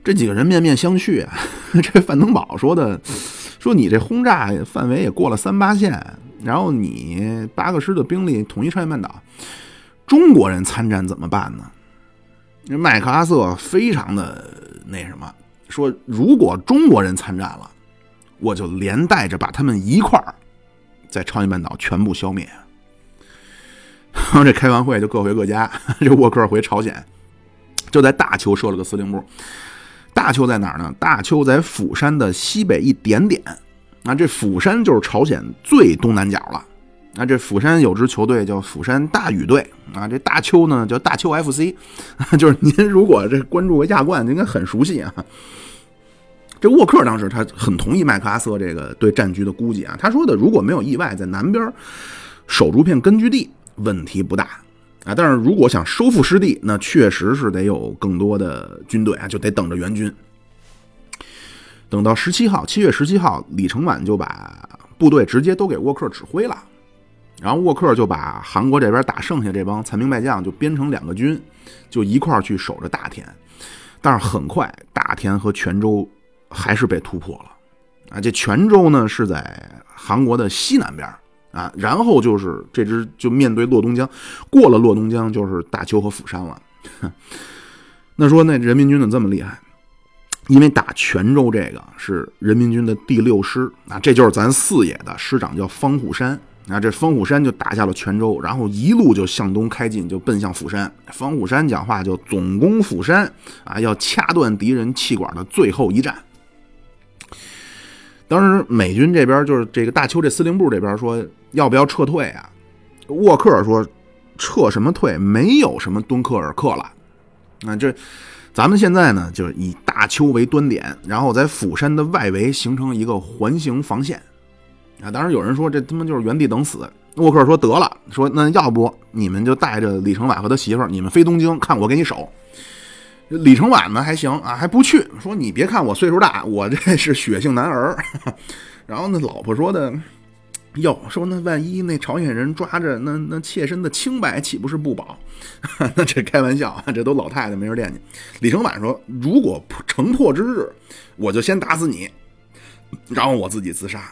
这几个人面面相觑，这范登堡说你这轰炸范围也过了3-8线，然后你8个师的兵力统一朝鲜半岛，中国人参战怎么办呢？麦克阿瑟非常的那什么，说如果中国人参战了，我就连带着把他们一块儿在朝鲜半岛全部消灭。然后这开完会就各回各家，这沃克回朝鲜，就在大邱设了个司令部。大邱在哪儿呢？大邱在釜山的西北一点点。这釜山就是朝鲜最东南角了。这釜山有支球队叫釜山大禹队这大邱呢叫大邱 FC， 就是您如果这关注过亚冠，应该很熟悉啊。这沃克当时他很同意麦克阿瑟这个对战局的估计啊，他说的如果没有意外，在南边守住片根据地问题不大但是如果想收复失地，那确实是得有更多的军队就得等着援军。等到7月17号，李承晚就把部队直接都给沃克指挥了，然后沃克就把韩国这边打剩下这帮残兵败将就编成2个军，就一块去守着大田。但是很快大田和全州还是被突破了这全州呢是在韩国的西南边然后就是这支就面对洛东江，过了洛东江就是大邱和釜山了。那说那人民军怎么这么厉害？因为打全州这个是人民军的第6师这就是咱四野的师长叫方虎山这方虎山就打下了全州，然后一路就向东开进，就奔向釜山。方虎山讲话就总攻釜山要掐断敌人气管的最后一战。当时美军这边就是这个大邱这司令部这边说要不要撤退沃克说撤什么退，没有什么敦刻尔克了这咱们现在呢就是以大邱为端点，然后在釜山的外围形成一个环形防线当然有人说这他妈就是原地等死。沃克说得了，说那要不你们就带着李承晚和他媳妇儿，你们飞东京，看我给你守。李承晚呢还行还不去，说你别看我岁数大，我这是血性男儿。然后那老婆说的哟，说那万一那朝鲜人抓着那妾身的清白，岂不是不保？那这开玩笑，这都老太太没人惦记。李承晚说，如果城破之日，我就先打死你，然后我自己自杀。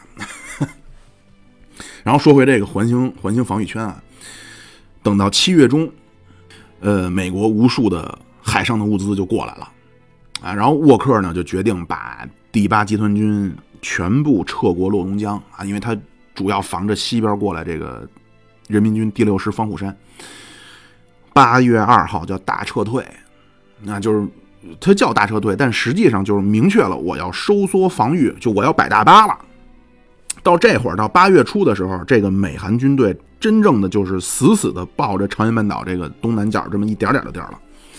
然后说回这个环形防御圈等到7月中，美国无数的海上的物资就过来了然后沃克呢就决定把第8集团军全部撤过洛东江因为他主要防着西边过来这个人民军第6师方虎山。8月2号叫大撤退，那就是他叫大撤退，但实际上就是明确了我要收缩防御，就我要摆大巴了。到这会儿到8月初的时候，这个美韩军队真正的就是死死的抱着朝鲜半岛这个东南角这么一点点的地儿了。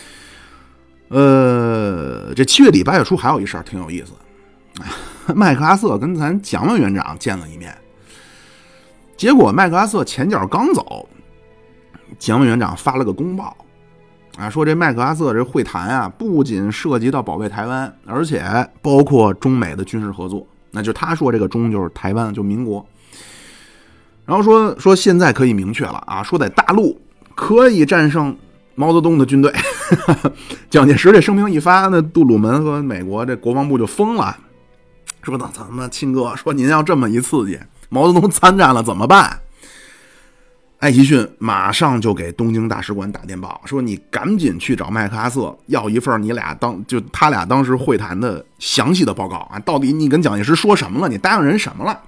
这7月底8月初还有一事儿挺有意思，麦克阿瑟跟咱蒋委员长见了一面，结果麦克阿瑟前脚刚走，蒋委员长发了个公报说这麦克阿瑟这会谈不仅涉及到保卫台湾，而且包括中美的军事合作。那就他说这个中就是台湾，就民国。然后说现在可以明确了说在大陆可以战胜毛泽东的军队。蒋介石这声明一发，那杜鲁门和美国这国防部就疯了，说那咱们亲哥说您要这么一刺激，毛泽东参战了怎么办？艾奇逊马上就给东京大使馆打电报，说你赶紧去找麦克阿瑟要一份他俩当时会谈的详细的报告到底你跟蒋介石说什么了，你答应人什么了？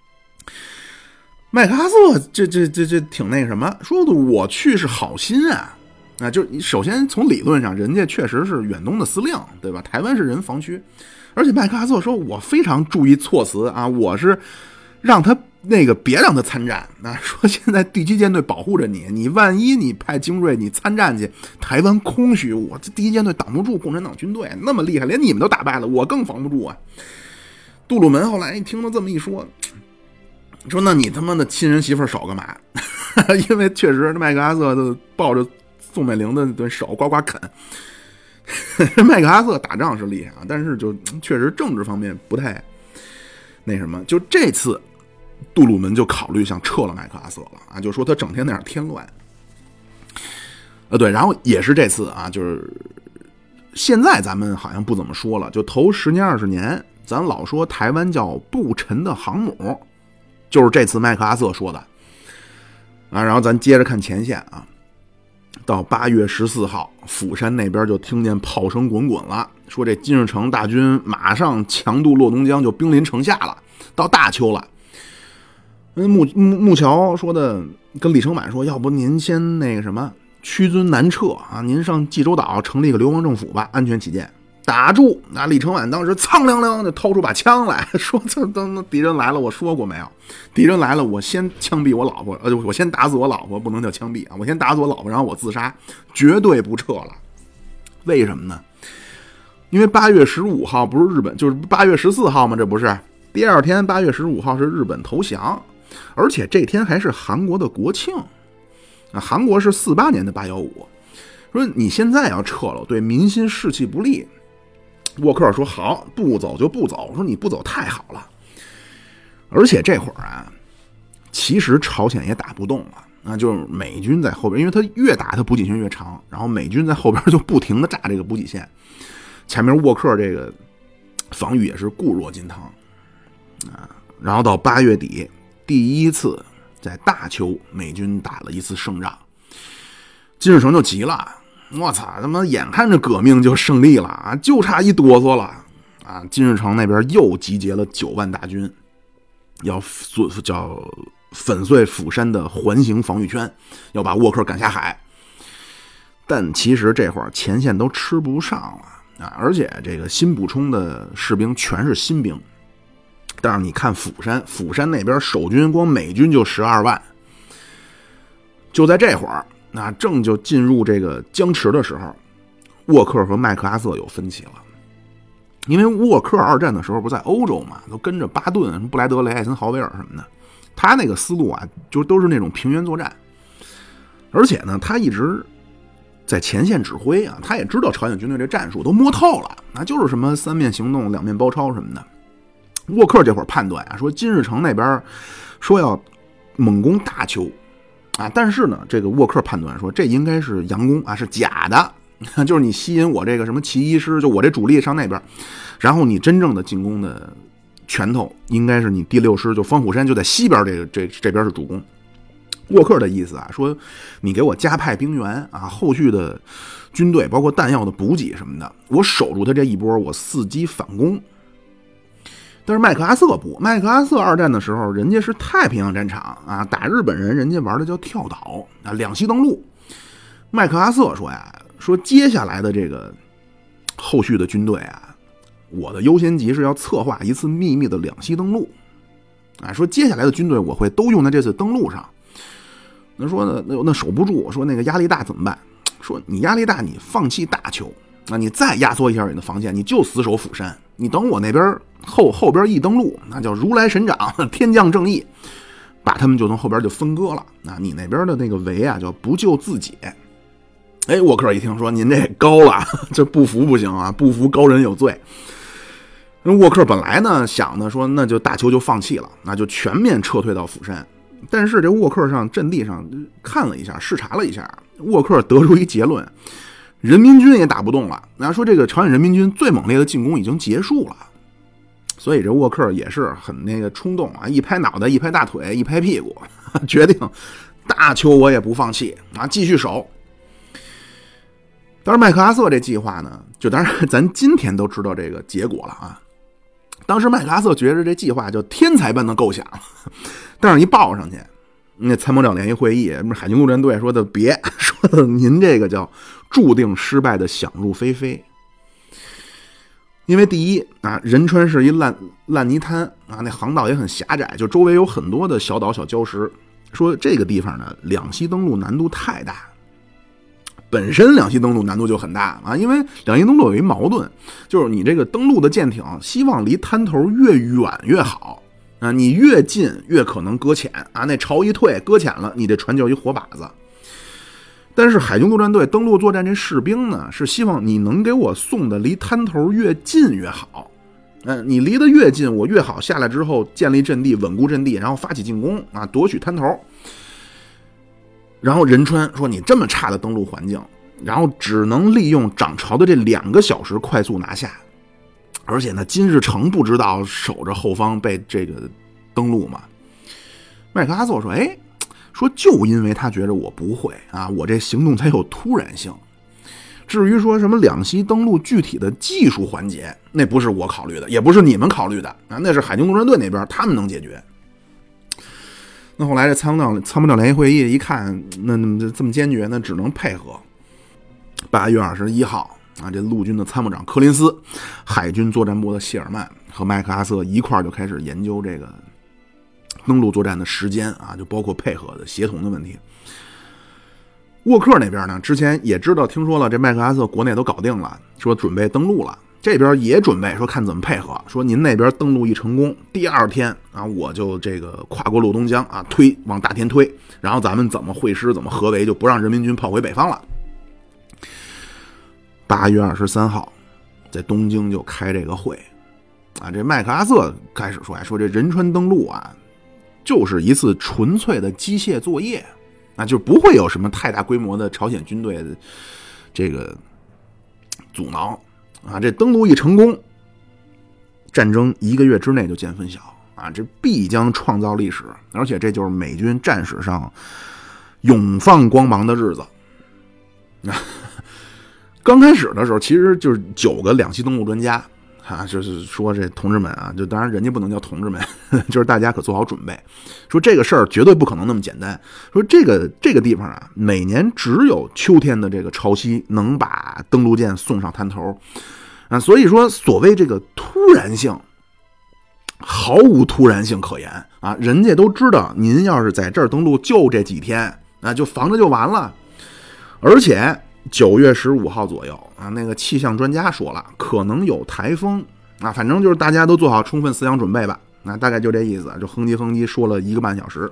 麦克阿瑟这挺那什么，说的我去是好心就首先从理论上人家确实是远东的司令，对吧？台湾是人防区，而且麦克阿瑟说我非常注意措辞我是让他别让他参战说现在第7舰队保护着你万一你派精锐你参战去，台湾空虚，我这第1舰队挡不住共产党军队那么厉害，连你们都打败了，我更防不住杜鲁门后来一听到这么一说，说那你他妈的亲人媳妇手干嘛？因为确实麦克阿瑟就抱着宋美龄的手呱呱啃。麦克阿瑟打仗是厉害但是就确实政治方面不太那什么。就这次杜鲁门就考虑想撤了麦克阿瑟了就说他整天那样添乱。对，然后也是这次就是现在咱们好像不怎么说了，就头10年20年，咱老说台湾叫不沉的航母，就是这次麦克阿瑟说的啊。然后咱接着看前线啊，到8月14号，釜山那边就听见炮声滚滚了，说这金日成大军马上强渡洛东江，就兵临城下了，到大邱了。木桥说的跟李承晚说，要不您先那个什么屈尊南撤啊，您上济州岛成立个流亡政府吧，安全起见。打住！那李承晚当时苍凉凉的掏出把枪来说：“等敌人来了，我说过没有？敌人来了，我先枪毙我老婆，我先打死我老婆，不能叫枪毙啊！我先打死我老婆，然后我自杀，绝对不撤了。为什么呢？因为8月15号不是日本，就是8月14号吗？这不是第二天8月15号是日本投降，而且这天还是韩国的国庆啊！韩国是48年的815，说你现在要撤了，对民心士气不利。”沃克说好，不走就不走。我说你不走太好了。而且这会儿啊，其实朝鲜也打不动了，那就是美军在后边，因为他越打他补给线越长，然后美军在后边就不停的炸这个补给线，前面沃克这个防御也是固若金汤啊。然后到8月底，第一次在大邱美军打了一次胜仗，金日成就急了。我操，他妈眼看着革命就胜利了啊，就差一哆嗦了啊！金日成那边又集结了9万大军，要叫粉碎釜山的环形防御圈，要把沃克赶下海。但其实这会儿前线都吃不上了啊，而且这个新补充的士兵全是新兵。但是你看釜山那边守军光美军就12万，就在这会儿。那正就进入这个江池的时候，沃克和麦克阿瑟有分歧了。因为沃克二战的时候不在欧洲嘛，都跟着巴顿、布莱德雷、艾森豪威尔什么的，他那个思路啊，就都是那种平原作战。而且呢，他一直在前线指挥啊，他也知道朝鲜军队这战术都摸透了，那就是什么3面行动、2面包抄什么的。沃克这会儿判断啊，说金日成那边说要猛攻大邱。啊，但是呢，这个沃克判断说这应该是佯攻啊，是假的，就是你吸引我这个什么骑一师，就我这主力上那边，然后你真正的进攻的拳头应该是你第6师，就方虎山就在西边，这边是主攻。沃克的意思啊，说你给我加派兵员啊，后续的军队包括弹药的补给什么的，我守住他这一波，我伺机反攻。但是麦克阿瑟不，麦克阿瑟二战的时候，人家是太平洋战场啊，打日本人，人家玩的叫跳岛啊，两栖登陆。麦克阿瑟说呀，说接下来的这个后续的军队啊，我的优先级是要策划一次秘密的两栖登陆啊，说接下来的军队我会都用在这次登陆上。那说呢，那守不住，说那个压力大怎么办？说你压力大，你放弃大邱啊，你再压缩一下你的防线，你就死守釜山。你等我那边后边一登陆，那叫如来神掌，天降正义，把他们就从后边就分割了。那你那边的那个围啊，叫不救自解。哎，沃克一听说您这高了，这不服不行啊，不服高人有罪。沃克本来呢想的说，那就大邱就放弃了，那就全面撤退到釜山。但是这沃克上阵地上看了一下，视察了一下，沃克得出一结论。人民军也打不动了，那说这个朝鲜人民军最猛烈的进攻已经结束了，所以这沃克也是很那个冲动啊，一拍脑袋，一拍大腿，一拍屁股，决定大邱我也不放弃啊，继续守。但是麦克阿瑟这计划呢，就当然咱今天都知道这个结果了啊。当时麦克阿瑟觉得这计划就天才般的构想，但是一报上去，那参谋长联谊会议，海军陆战队说的别，说的您这个叫注定失败的想入非非。因为第一啊，仁川是一烂泥滩啊，那航道也很狭窄，就周围有很多的小岛小礁石。说这个地方呢，两栖登陆难度太大。本身两栖登陆难度就很大啊，因为两栖登陆有一矛盾，就是你这个登陆的舰艇希望离滩头越远越好啊，你越近越可能搁浅啊，那潮一退搁浅了，你这船就一活靶子。但是海军陆战队登陆作战这士兵呢，是希望你能给我送的离滩头越近越好。你离得越近，我越好下来之后建立阵地，稳固阵地，然后发起进攻啊，夺取滩头。然后仁川说：“你这么差的登陆环境， 然后只能利用涨潮的这2个小时快速拿下。而且呢，金日成不知道守着后方被这个登陆嘛。麦克阿瑟说：“哎，说就因为他觉着我不会啊，我这行动才有突然性。至于说什么两栖登陆具体的技术环节，那不是我考虑的，也不是你们考虑的啊，那是海军陆战队那边他们能解决。”那后来这参谋长联席会议一看，那这么坚决，那只能配合。8月21号啊，这陆军的参谋长柯林斯、海军作战部的谢尔曼和麦克阿瑟一块就开始研究这个登陆作战的时间啊，就包括配合的协同的问题。沃克那边呢，之前也听说了，这麦克阿瑟国内都搞定了，说准备登陆了，这边也准备说看怎么配合，说您那边登陆一成功，第2天啊，我就这个跨过洛东江啊，往大田推，然后咱们怎么会师，怎么合围，就不让人民军跑回北方了。8月23号，在东京就开这个会啊，这麦克阿瑟开始说这仁川登陆啊，就是一次纯粹的机械作业啊，就不会有什么太大规模的朝鲜军队的这个阻挠啊。这登陆一成功，战争1个月之内就见分晓啊，这必将创造历史，而且这就是美军战史上永放光芒的日子啊。刚开始的时候，其实就是9个两栖登陆专家啊，就是说这同志们啊，就当然人家不能叫同志们，就是大家可做好准备，说这个事儿绝对不可能那么简单。说这个地方啊，每年只有秋天的这个潮汐能把登陆舰送上滩头啊，所以说所谓这个突然性，毫无突然性可言啊，人家都知道您要是在这儿登陆就这几天啊，就防着就完了。而且9月15号左右啊，那个气象专家说了，可能有台风啊，反正就是大家都做好充分思想准备吧。那大概就这意思，就哼唧说了1个半小时。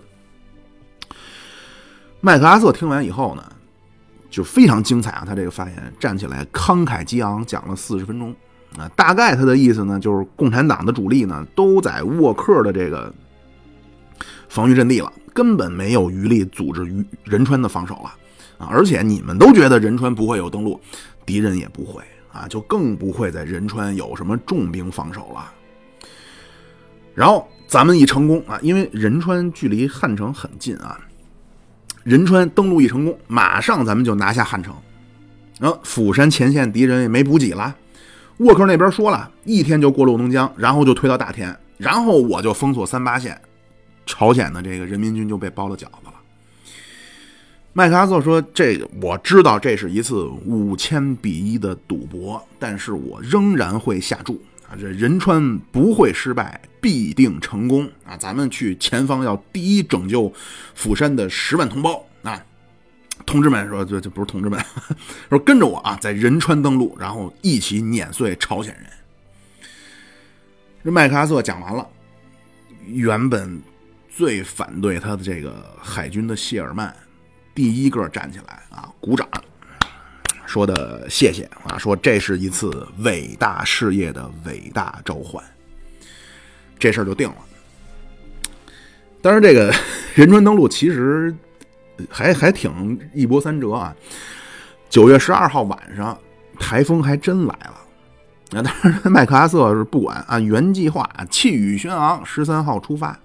麦克阿瑟听完以后呢，就非常精彩啊，他这个发言站起来慷慨激昂讲了40分钟啊，大概他的意思呢，就是共产党的主力呢都在沃克的这个防御阵地了，根本没有余力组织仁川的防守了。啊！而且你们都觉得仁川不会有登陆，敌人也不会啊，就更不会在仁川有什么重兵防守了。然后咱们一成功啊，因为仁川距离汉城很近啊，仁川登陆一成功，马上咱们就拿下汉城。釜山前线敌人也没补给了，沃克那边说了，1天就过洛东江，然后就推到大田，然后我就封锁3-8线，朝鲜的这个人民军就被包了饺子了。麦克阿瑟说：“这个我知道，这是一次5000-1的赌博，但是我仍然会下注啊！这仁川不会失败，必定成功啊！咱们去前方要第一拯救釜山的10万同胞啊！同志们说，这不是同志们，说跟着我啊，在仁川登陆，然后一起碾碎朝鲜人。”这麦克阿瑟讲完了，原本最反对他的这个海军的谢尔曼第一个站起来啊，鼓掌，说的谢谢啊，说这是一次伟大事业的伟大召唤，这事儿就定了。当然，这个仁川登陆其实还挺一波三折啊。9月12号晚上，台风还真来了。当然，麦克阿瑟是不管，按原计划气宇轩昂，13号出发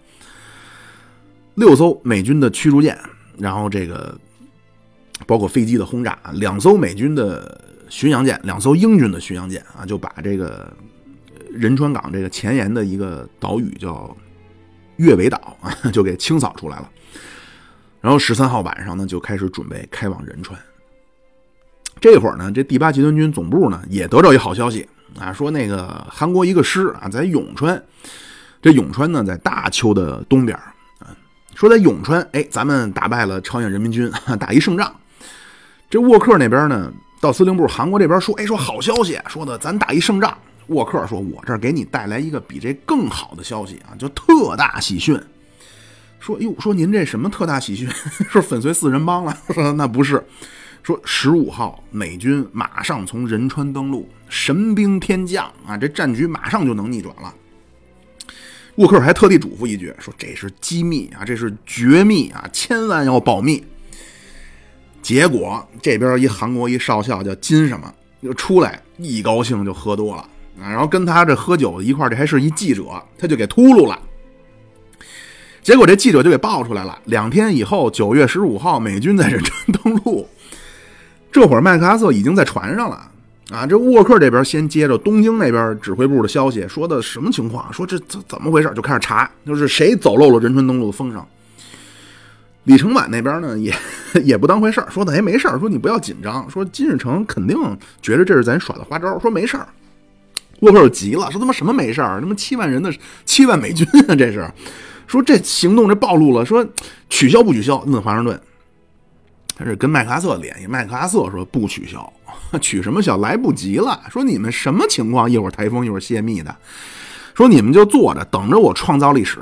，6艘美军的驱逐舰。然后这个包括飞机的轰炸，2艘美军的巡洋舰，2艘英军的巡洋舰啊，就把这个仁川港这个前沿的一个岛屿叫月尾岛啊，就给清扫出来了。然后13号晚上呢，就开始准备开往仁川。这会儿呢，这第8集团军总部呢也得到一好消息啊，说那个韩国一个师啊在永川，这永川呢在大邱的东边。说在永川，咱们打败了朝鲜人民军，打一胜仗。这沃克那边呢，到司令部韩国这边说，说好消息，说的咱打一胜仗。沃克说，我这儿给你带来一个比这更好的消息啊，就特大喜讯。说，说您这什么特大喜讯？说粉碎4人帮了？说那不是。说15号美军马上从仁川登陆，神兵天降啊，这战局马上就能逆转了。沃克还特地嘱咐一句，说这是机密啊，这是绝密啊，千万要保密。 结果这边一韩国一少校叫金什么就出来，一高兴就喝多了啊，然后跟他这喝酒的一块这还是一记者，他就给秃噜了。结果这记者就给爆出来了。2天以后，9月15号，美军在仁川登陆。这会儿麦克阿瑟已经在船上了啊！这沃克这边先接着东京那边指挥部的消息，说的什么情况？说这怎么回事？就开始查，就是谁走漏了仁川登陆的风声。李承晚那边呢也不当回事，说的没事，说你不要紧张，说金日成肯定觉得这是咱耍的花招，说没事。沃克就急了，说他妈什么没事？他妈7万人的7万美军啊，这是。说这行动这暴露了，说取消不取消？问华盛顿，他是跟麦克阿瑟联系，麦克阿瑟说不取消，取什么消？来不及了。说你们什么情况？一会儿台风，一会儿泄密的。说你们就坐着等着我创造历史。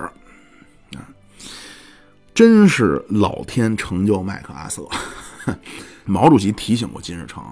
真是老天成就麦克阿瑟。毛主席提醒过金日成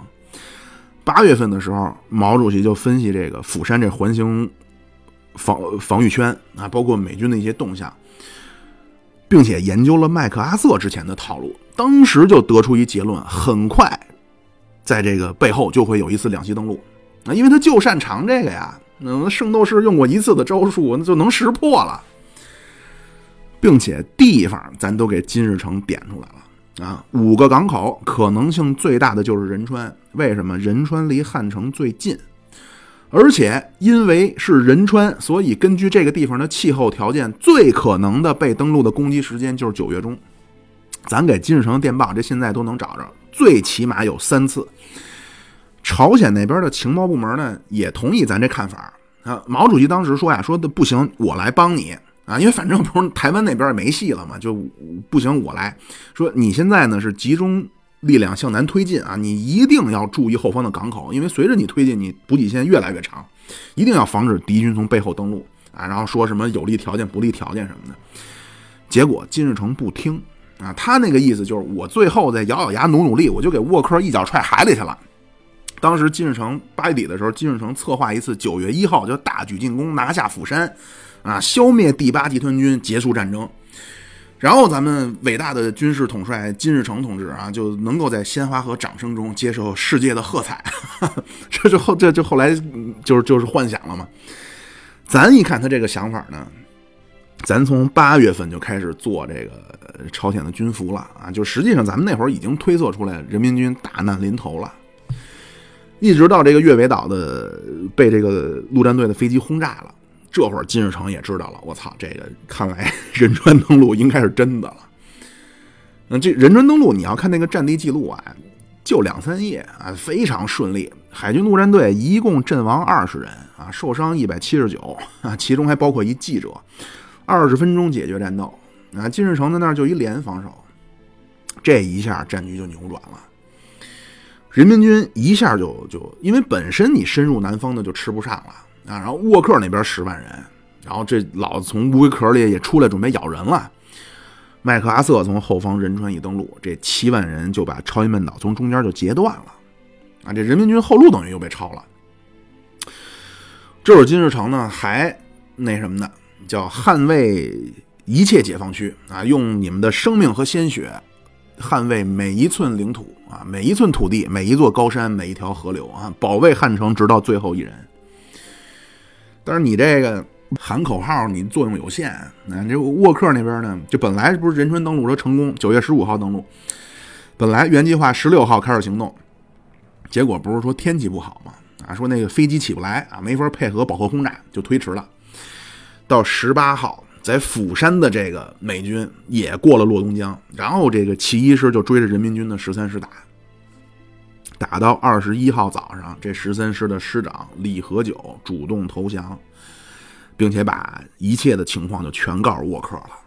，8月份的时候，毛主席就分析这个釜山这环形防御圈啊，包括美军的一些动向，并且研究了麦克阿瑟之前的套路，当时就得出一结论：很快在这个背后就会有一次两栖登陆啊，因为他就擅长这个呀。圣斗士用过1次的招数，那就能识破了，并且地方咱都给金日成点出来了啊，5个港口，可能性最大的就是仁川。为什么？仁川离汉城最近。而且因为是仁川，所以根据这个地方的气候条件，最可能的被登陆的攻击时间就是9月中。咱给金日成的电报，这现在都能找着，最起码有3次。朝鲜那边的情报部门呢，也同意咱这看法啊。毛主席当时说呀，说的不行，我来帮你啊，因为反正不是台湾那边也没戏了嘛，就不行，我来说。你现在呢是集中力量向南推进啊，你一定要注意后方的港口，因为随着你推进，你补给线越来越长，一定要防止敌军从背后登陆啊。然后说什么有利条件、不利条件什么的。结果金日成不听啊，他那个意思就是我最后再咬咬牙努努力，我就给沃克一脚踹海里去了。当时金日成8月底的时候，金日成策划一次9月1号就大举进攻，拿下釜山啊，消灭第8集团军，结束战争。然后咱们伟大的军事统帅金日成同志啊，就能够在鲜花和掌声中接受世界的喝彩。这就后来就是幻想了嘛。咱一看他这个想法呢，咱从8月份就开始做这个朝鲜的军服了啊，就实际上咱们那会儿已经推测出来人民军大难临头了。一直到这个越尾岛的被这个陆战队的飞机轰炸了，这会儿金日成也知道了，我操，这个看来仁川登陆应该是真的了。这仁川登陆你要看那个战地记录啊，就2-3页啊，非常顺利。海军陆战队一共阵亡20人啊，受伤179啊，其中还包括一记者。20分钟解决战斗啊，金日成在那儿就一连防守，这一下战局就扭转了。人民军一下就因为本身你深入南方的就吃不上了啊，然后沃克那边10万人，然后这老子从乌龟壳里也出来准备咬人了。麦克阿瑟从后方仁川一登陆，这7万人就把朝鲜半岛从中间就截断了啊，这人民军后路等于又被抄了。这会儿金日成呢还那什么呢，叫捍卫一切解放区啊，用你们的生命和鲜血捍卫每一寸领土啊，每一寸土地，每一座高山，每一条河流啊，保卫汉城直到最后一人。但是你这个喊口号，你作用有限啊。这沃克那边呢，就本来不是仁川登陆说成功，9月15号登陆，本来原计划16号开始行动，结果不是说天气不好嘛，啊，说那个飞机起不来啊，没法配合饱和轰炸，就推迟了。到18号。在釜山的这个美军也过了洛东江，然后这个起义师就追着人民军的13师打到21号早上，这13师的师长李和九主动投降，并且把一切的情况就全告诉沃克了。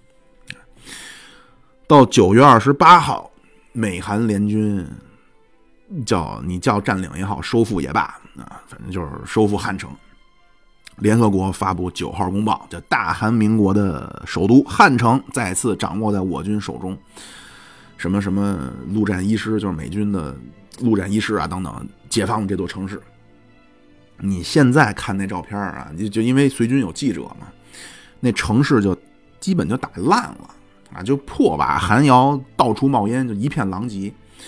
到9月28号，美韩联军叫占领也好，收复也罢啊，反正就是收复汉城。联合国发布9号公报，叫大韩民国的首都汉城再次掌握在我军手中。什么什么陆战一师，就是美军的陆战一师啊，等等，解放了这座城市。你现在看那照片啊，就因为随军有记者嘛，那城市就基本就打烂了啊，就破瓦寒窑，到处冒烟，就一片狼藉。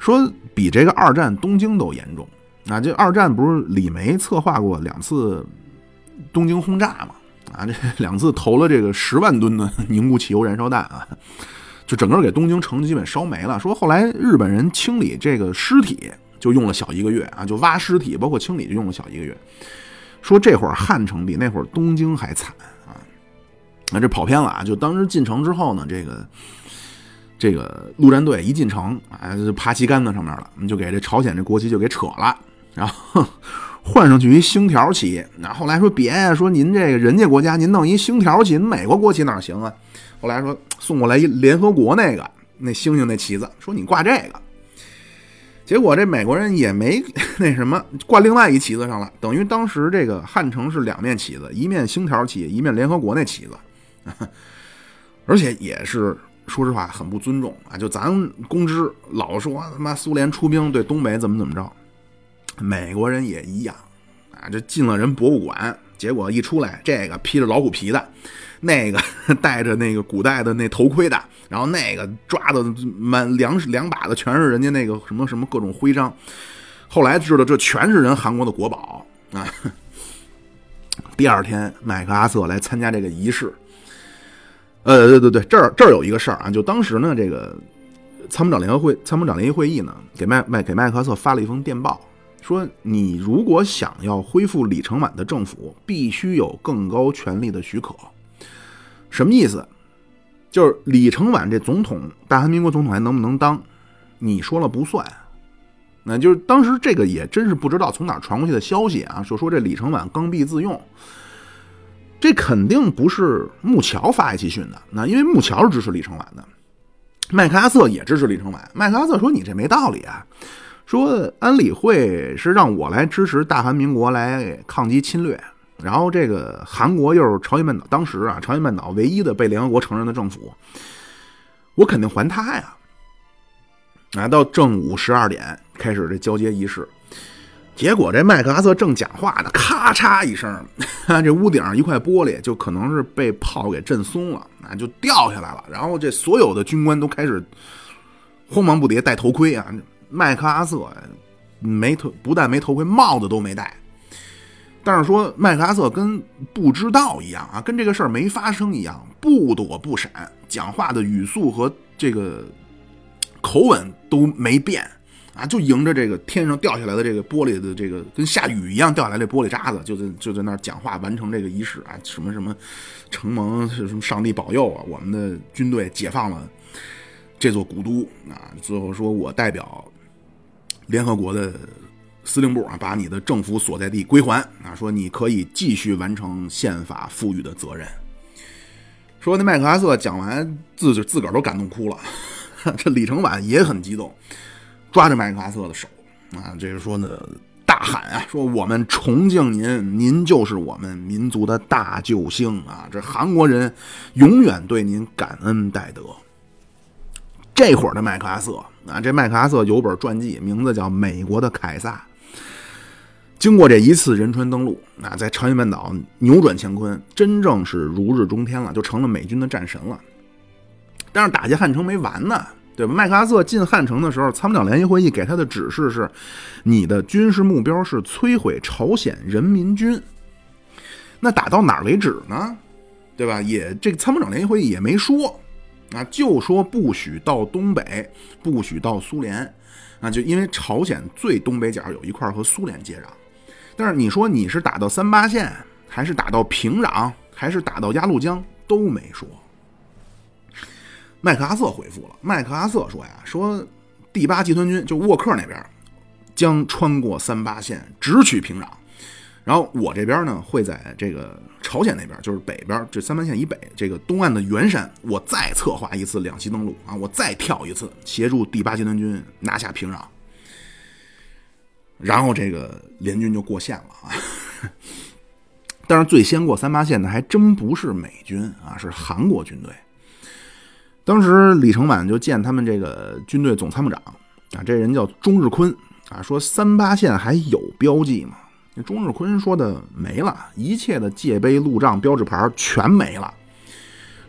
说比这个二战东京都严重。这二战不是李梅策划过2次东京轰炸嘛？这2次投了这个10万吨的凝固汽油燃烧弹啊，就整个给东京城基本烧没了。说后来日本人清理这个尸体就用了小1个月啊，就挖尸体包括清理就用了小1个月。说这会儿汉城比那会儿东京还惨啊！这跑偏了啊！就当时进城之后呢，这个陆战队一进城啊，就爬旗杆子上面了，就给这朝鲜这国旗就给扯了，然后换上去一星条旗。那后来说别呀，说您这个人家国家您弄一星条旗，美国国旗哪行啊？后来说送过来一联合国那星星那旗子，说你挂这个。结果这美国人也没那什么，挂另外一旗子上了，等于当时这个汉城是2面旗子，一面星条旗，一面联合国那旗子，而且也是说实话很不尊重啊！就咱公知老说他妈苏联出兵对东北怎么着，美国人也一样啊！这进了人博物馆，结果一出来，这个披着老虎皮的，那个戴着那个古代的那头盔的，然后那个抓的满两把的全是人家那个什么各种徽章。后来知道这全是人韩国的国宝啊！第二天，麦克阿瑟来参加这个仪式。对，这儿有一个事儿啊，就当时呢，这个参谋长联席会议呢，给麦克阿瑟发了一封电报，说你如果想要恢复李承晚的政府，必须有更高权力的许可。什么意思？就是李承晚这总统，大韩民国总统还能不能当，你说了不算。那就是当时这个也真是不知道从哪传过去的消息啊，说这李承晚刚愎自用。这肯定不是木桥发下去训的，那因为木桥是支持李承晚的，麦克阿瑟也支持李承晚。麦克阿瑟说你这没道理啊，说安理会是让我来支持大韩民国来抗击侵略，然后这个韩国又是朝鲜半岛当时啊朝鲜半岛唯一的被联合国承认的政府，我肯定还他呀。到正午12点开始这交接仪式。结果这麦克阿瑟正讲话呢，咔嚓一声，这屋顶上一块玻璃就可能是被炮给震松了，就掉下来了。然后这所有的军官都开始慌忙不迭戴头盔啊。麦克阿瑟不但没头盔，帽子都没戴。但是说麦克阿瑟跟不知道一样啊，跟这个事儿没发生一样，不躲不闪，讲话的语速和这个口吻都没变。就迎着这个天上掉下来的这个玻璃的这个跟下雨一样掉下来的玻璃渣子，就在那儿讲话，完成这个仪式啊，什么承蒙什么上帝保佑啊，我们的军队解放了这座古都啊，最后说我代表联合国的司令部啊，把你的政府所在地归还啊，说你可以继续完成宪法赋予的责任。说那麦克阿瑟讲完自个儿都感动哭了，这李承晚也很激动。抓着麦克阿瑟的手啊，这是说呢，大喊啊，说我们崇敬您，您就是我们民族的大救星啊！这韩国人永远对您感恩戴德。这会儿的麦克阿瑟啊，这麦克阿瑟有本传记，名字叫《美国的凯撒》。经过这一次仁川登陆啊，在朝鲜半岛扭转乾坤，真正是如日中天了，就成了美军的战神了。但是打下汉城没完呢。对吧？麦克阿瑟进汉城的时候，参谋长联席会议给他的指示是：你的军事目标是摧毁朝鲜人民军。那打到哪儿为止呢？对吧？这个参谋长联席会议也没说啊，就说不许到东北，不许到苏联啊，就因为朝鲜最东北角有一块和苏联接壤。但是你说你是打到3·8线，还是打到平壤，还是打到鸭绿江，都没说。麦克阿瑟回复了，麦克阿瑟说呀，说第8集团军就沃克那边将穿过3·8线直取平壤，然后我这边呢会在这个朝鲜那边，就是北边这3·8线以北这个东岸的元山，我再策划一次2栖登陆啊，我再跳一次，协助第8集团军拿下平壤，然后这个联军就过线了啊。但是最先过3·8线的还真不是美军啊，是韩国军队。当时李承晚就见他们这个军队总参谋长啊，这人叫钟日坤啊，说3·8线还有标记吗？钟日坤说的没了，一切的界碑路障标志牌全没了。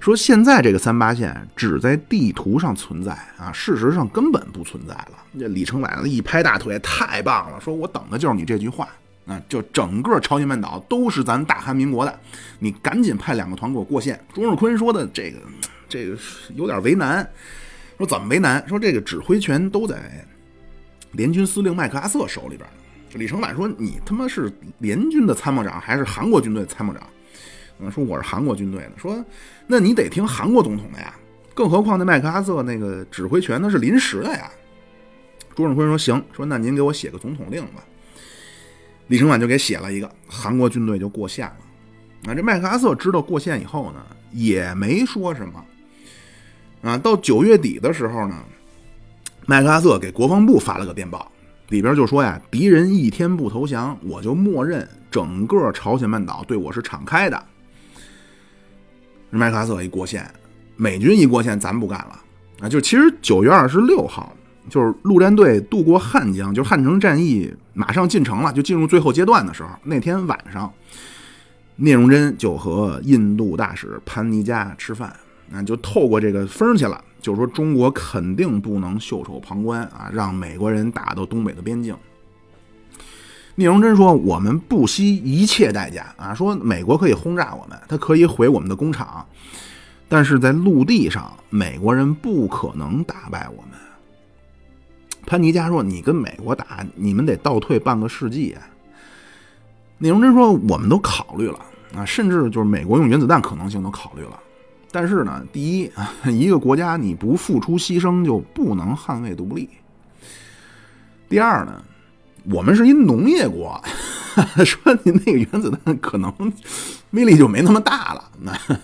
说现在这个38线只在地图上存在啊，事实上根本不存在了。这李承晚一拍大腿，太棒了，说我等的就是你这句话啊！就整个朝鲜半岛都是咱大韩民国的，你赶紧派2个团给我过线。钟日坤说的这个有点为难，说怎么为难？说这个指挥权都在联军司令麦克阿瑟手里边。李承晚说你他妈是联军的参谋长还是韩国军队参谋长？说我是韩国军队的。说那你得听韩国总统的呀，更何况那麦克阿瑟那个指挥权那是临时的呀。钟日坤说行，说那您给我写个总统令吧。李承晚就给写了一个，韩国军队就过线了。这麦克阿瑟知道过线以后呢，也没说什么。到9月底的时候呢，麦克阿瑟给国防部发了个电报，里边就说呀，敌人1天不投降，我就默认整个朝鲜半岛对我是敞开的。麦克阿瑟一过线，美军一过线，咱不干了就其实9月26号。就是陆战队渡过汉江，就是汉城战役马上进城了，就进入最后阶段的时候，那天晚上，聂荣臻就和印度大使潘尼加吃饭，就透过这个风去了，就是说中国肯定不能袖手旁观让美国人打到东北的边境。聂荣臻说我们不惜一切代价说美国可以轰炸我们，他可以毁我们的工厂，但是在陆地上美国人不可能打败我们。潘尼加说你跟美国打，你们得倒退半个世纪聂荣臻说我们都考虑了甚至就是美国用原子弹可能性都考虑了，但是呢，第一一个国家你不付出牺牲就不能捍卫独立。第二呢，我们是一农业国说你那个原子弹可能威力就没那么大了。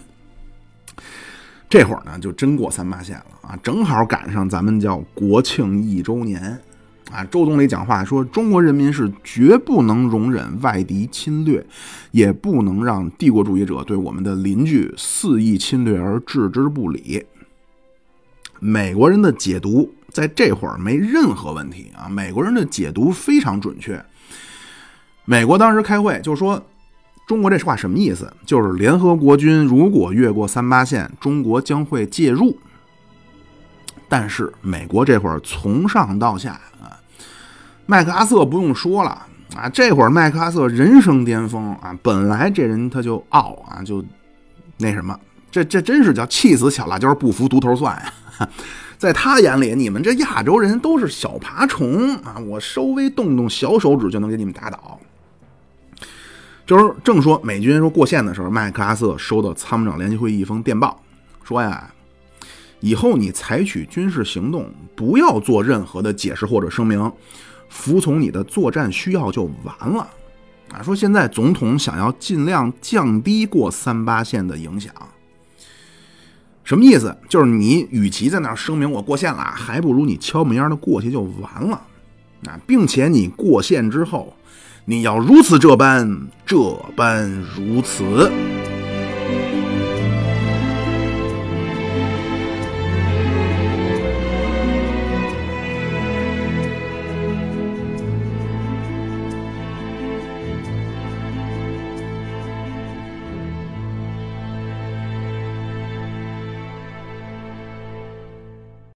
这会儿呢就真过38线了正好赶上咱们叫国庆1周年周总理讲话说，中国人民是绝不能容忍外敌侵略，也不能让帝国主义者对我们的邻居肆意侵略而置之不理。美国人的解读在这会儿没任何问题美国人的解读非常准确。美国当时开会就说，中国这话什么意思？就是联合国军如果越过38线，中国将会介入。但是美国这会儿从上到下麦克阿瑟不用说了这会儿麦克阿瑟人生巅峰本来这人他就傲就那什么，这真是叫气死小辣椒不服独头蒜在他眼里，你们这亚洲人都是小爬虫我稍微动动小手指就能给你们打倒。就是正说美军说过线的时候，麦克阿瑟收到参谋长联席会议一封电报，说呀，以后你采取军事行动不要做任何的解释或者声明，服从你的作战需要就完了说现在总统想要尽量降低过38线的影响。什么意思？就是你与其在那儿声明我过线了，还不如你悄没样的过去就完了并且你过线之后，你要如此这般如此。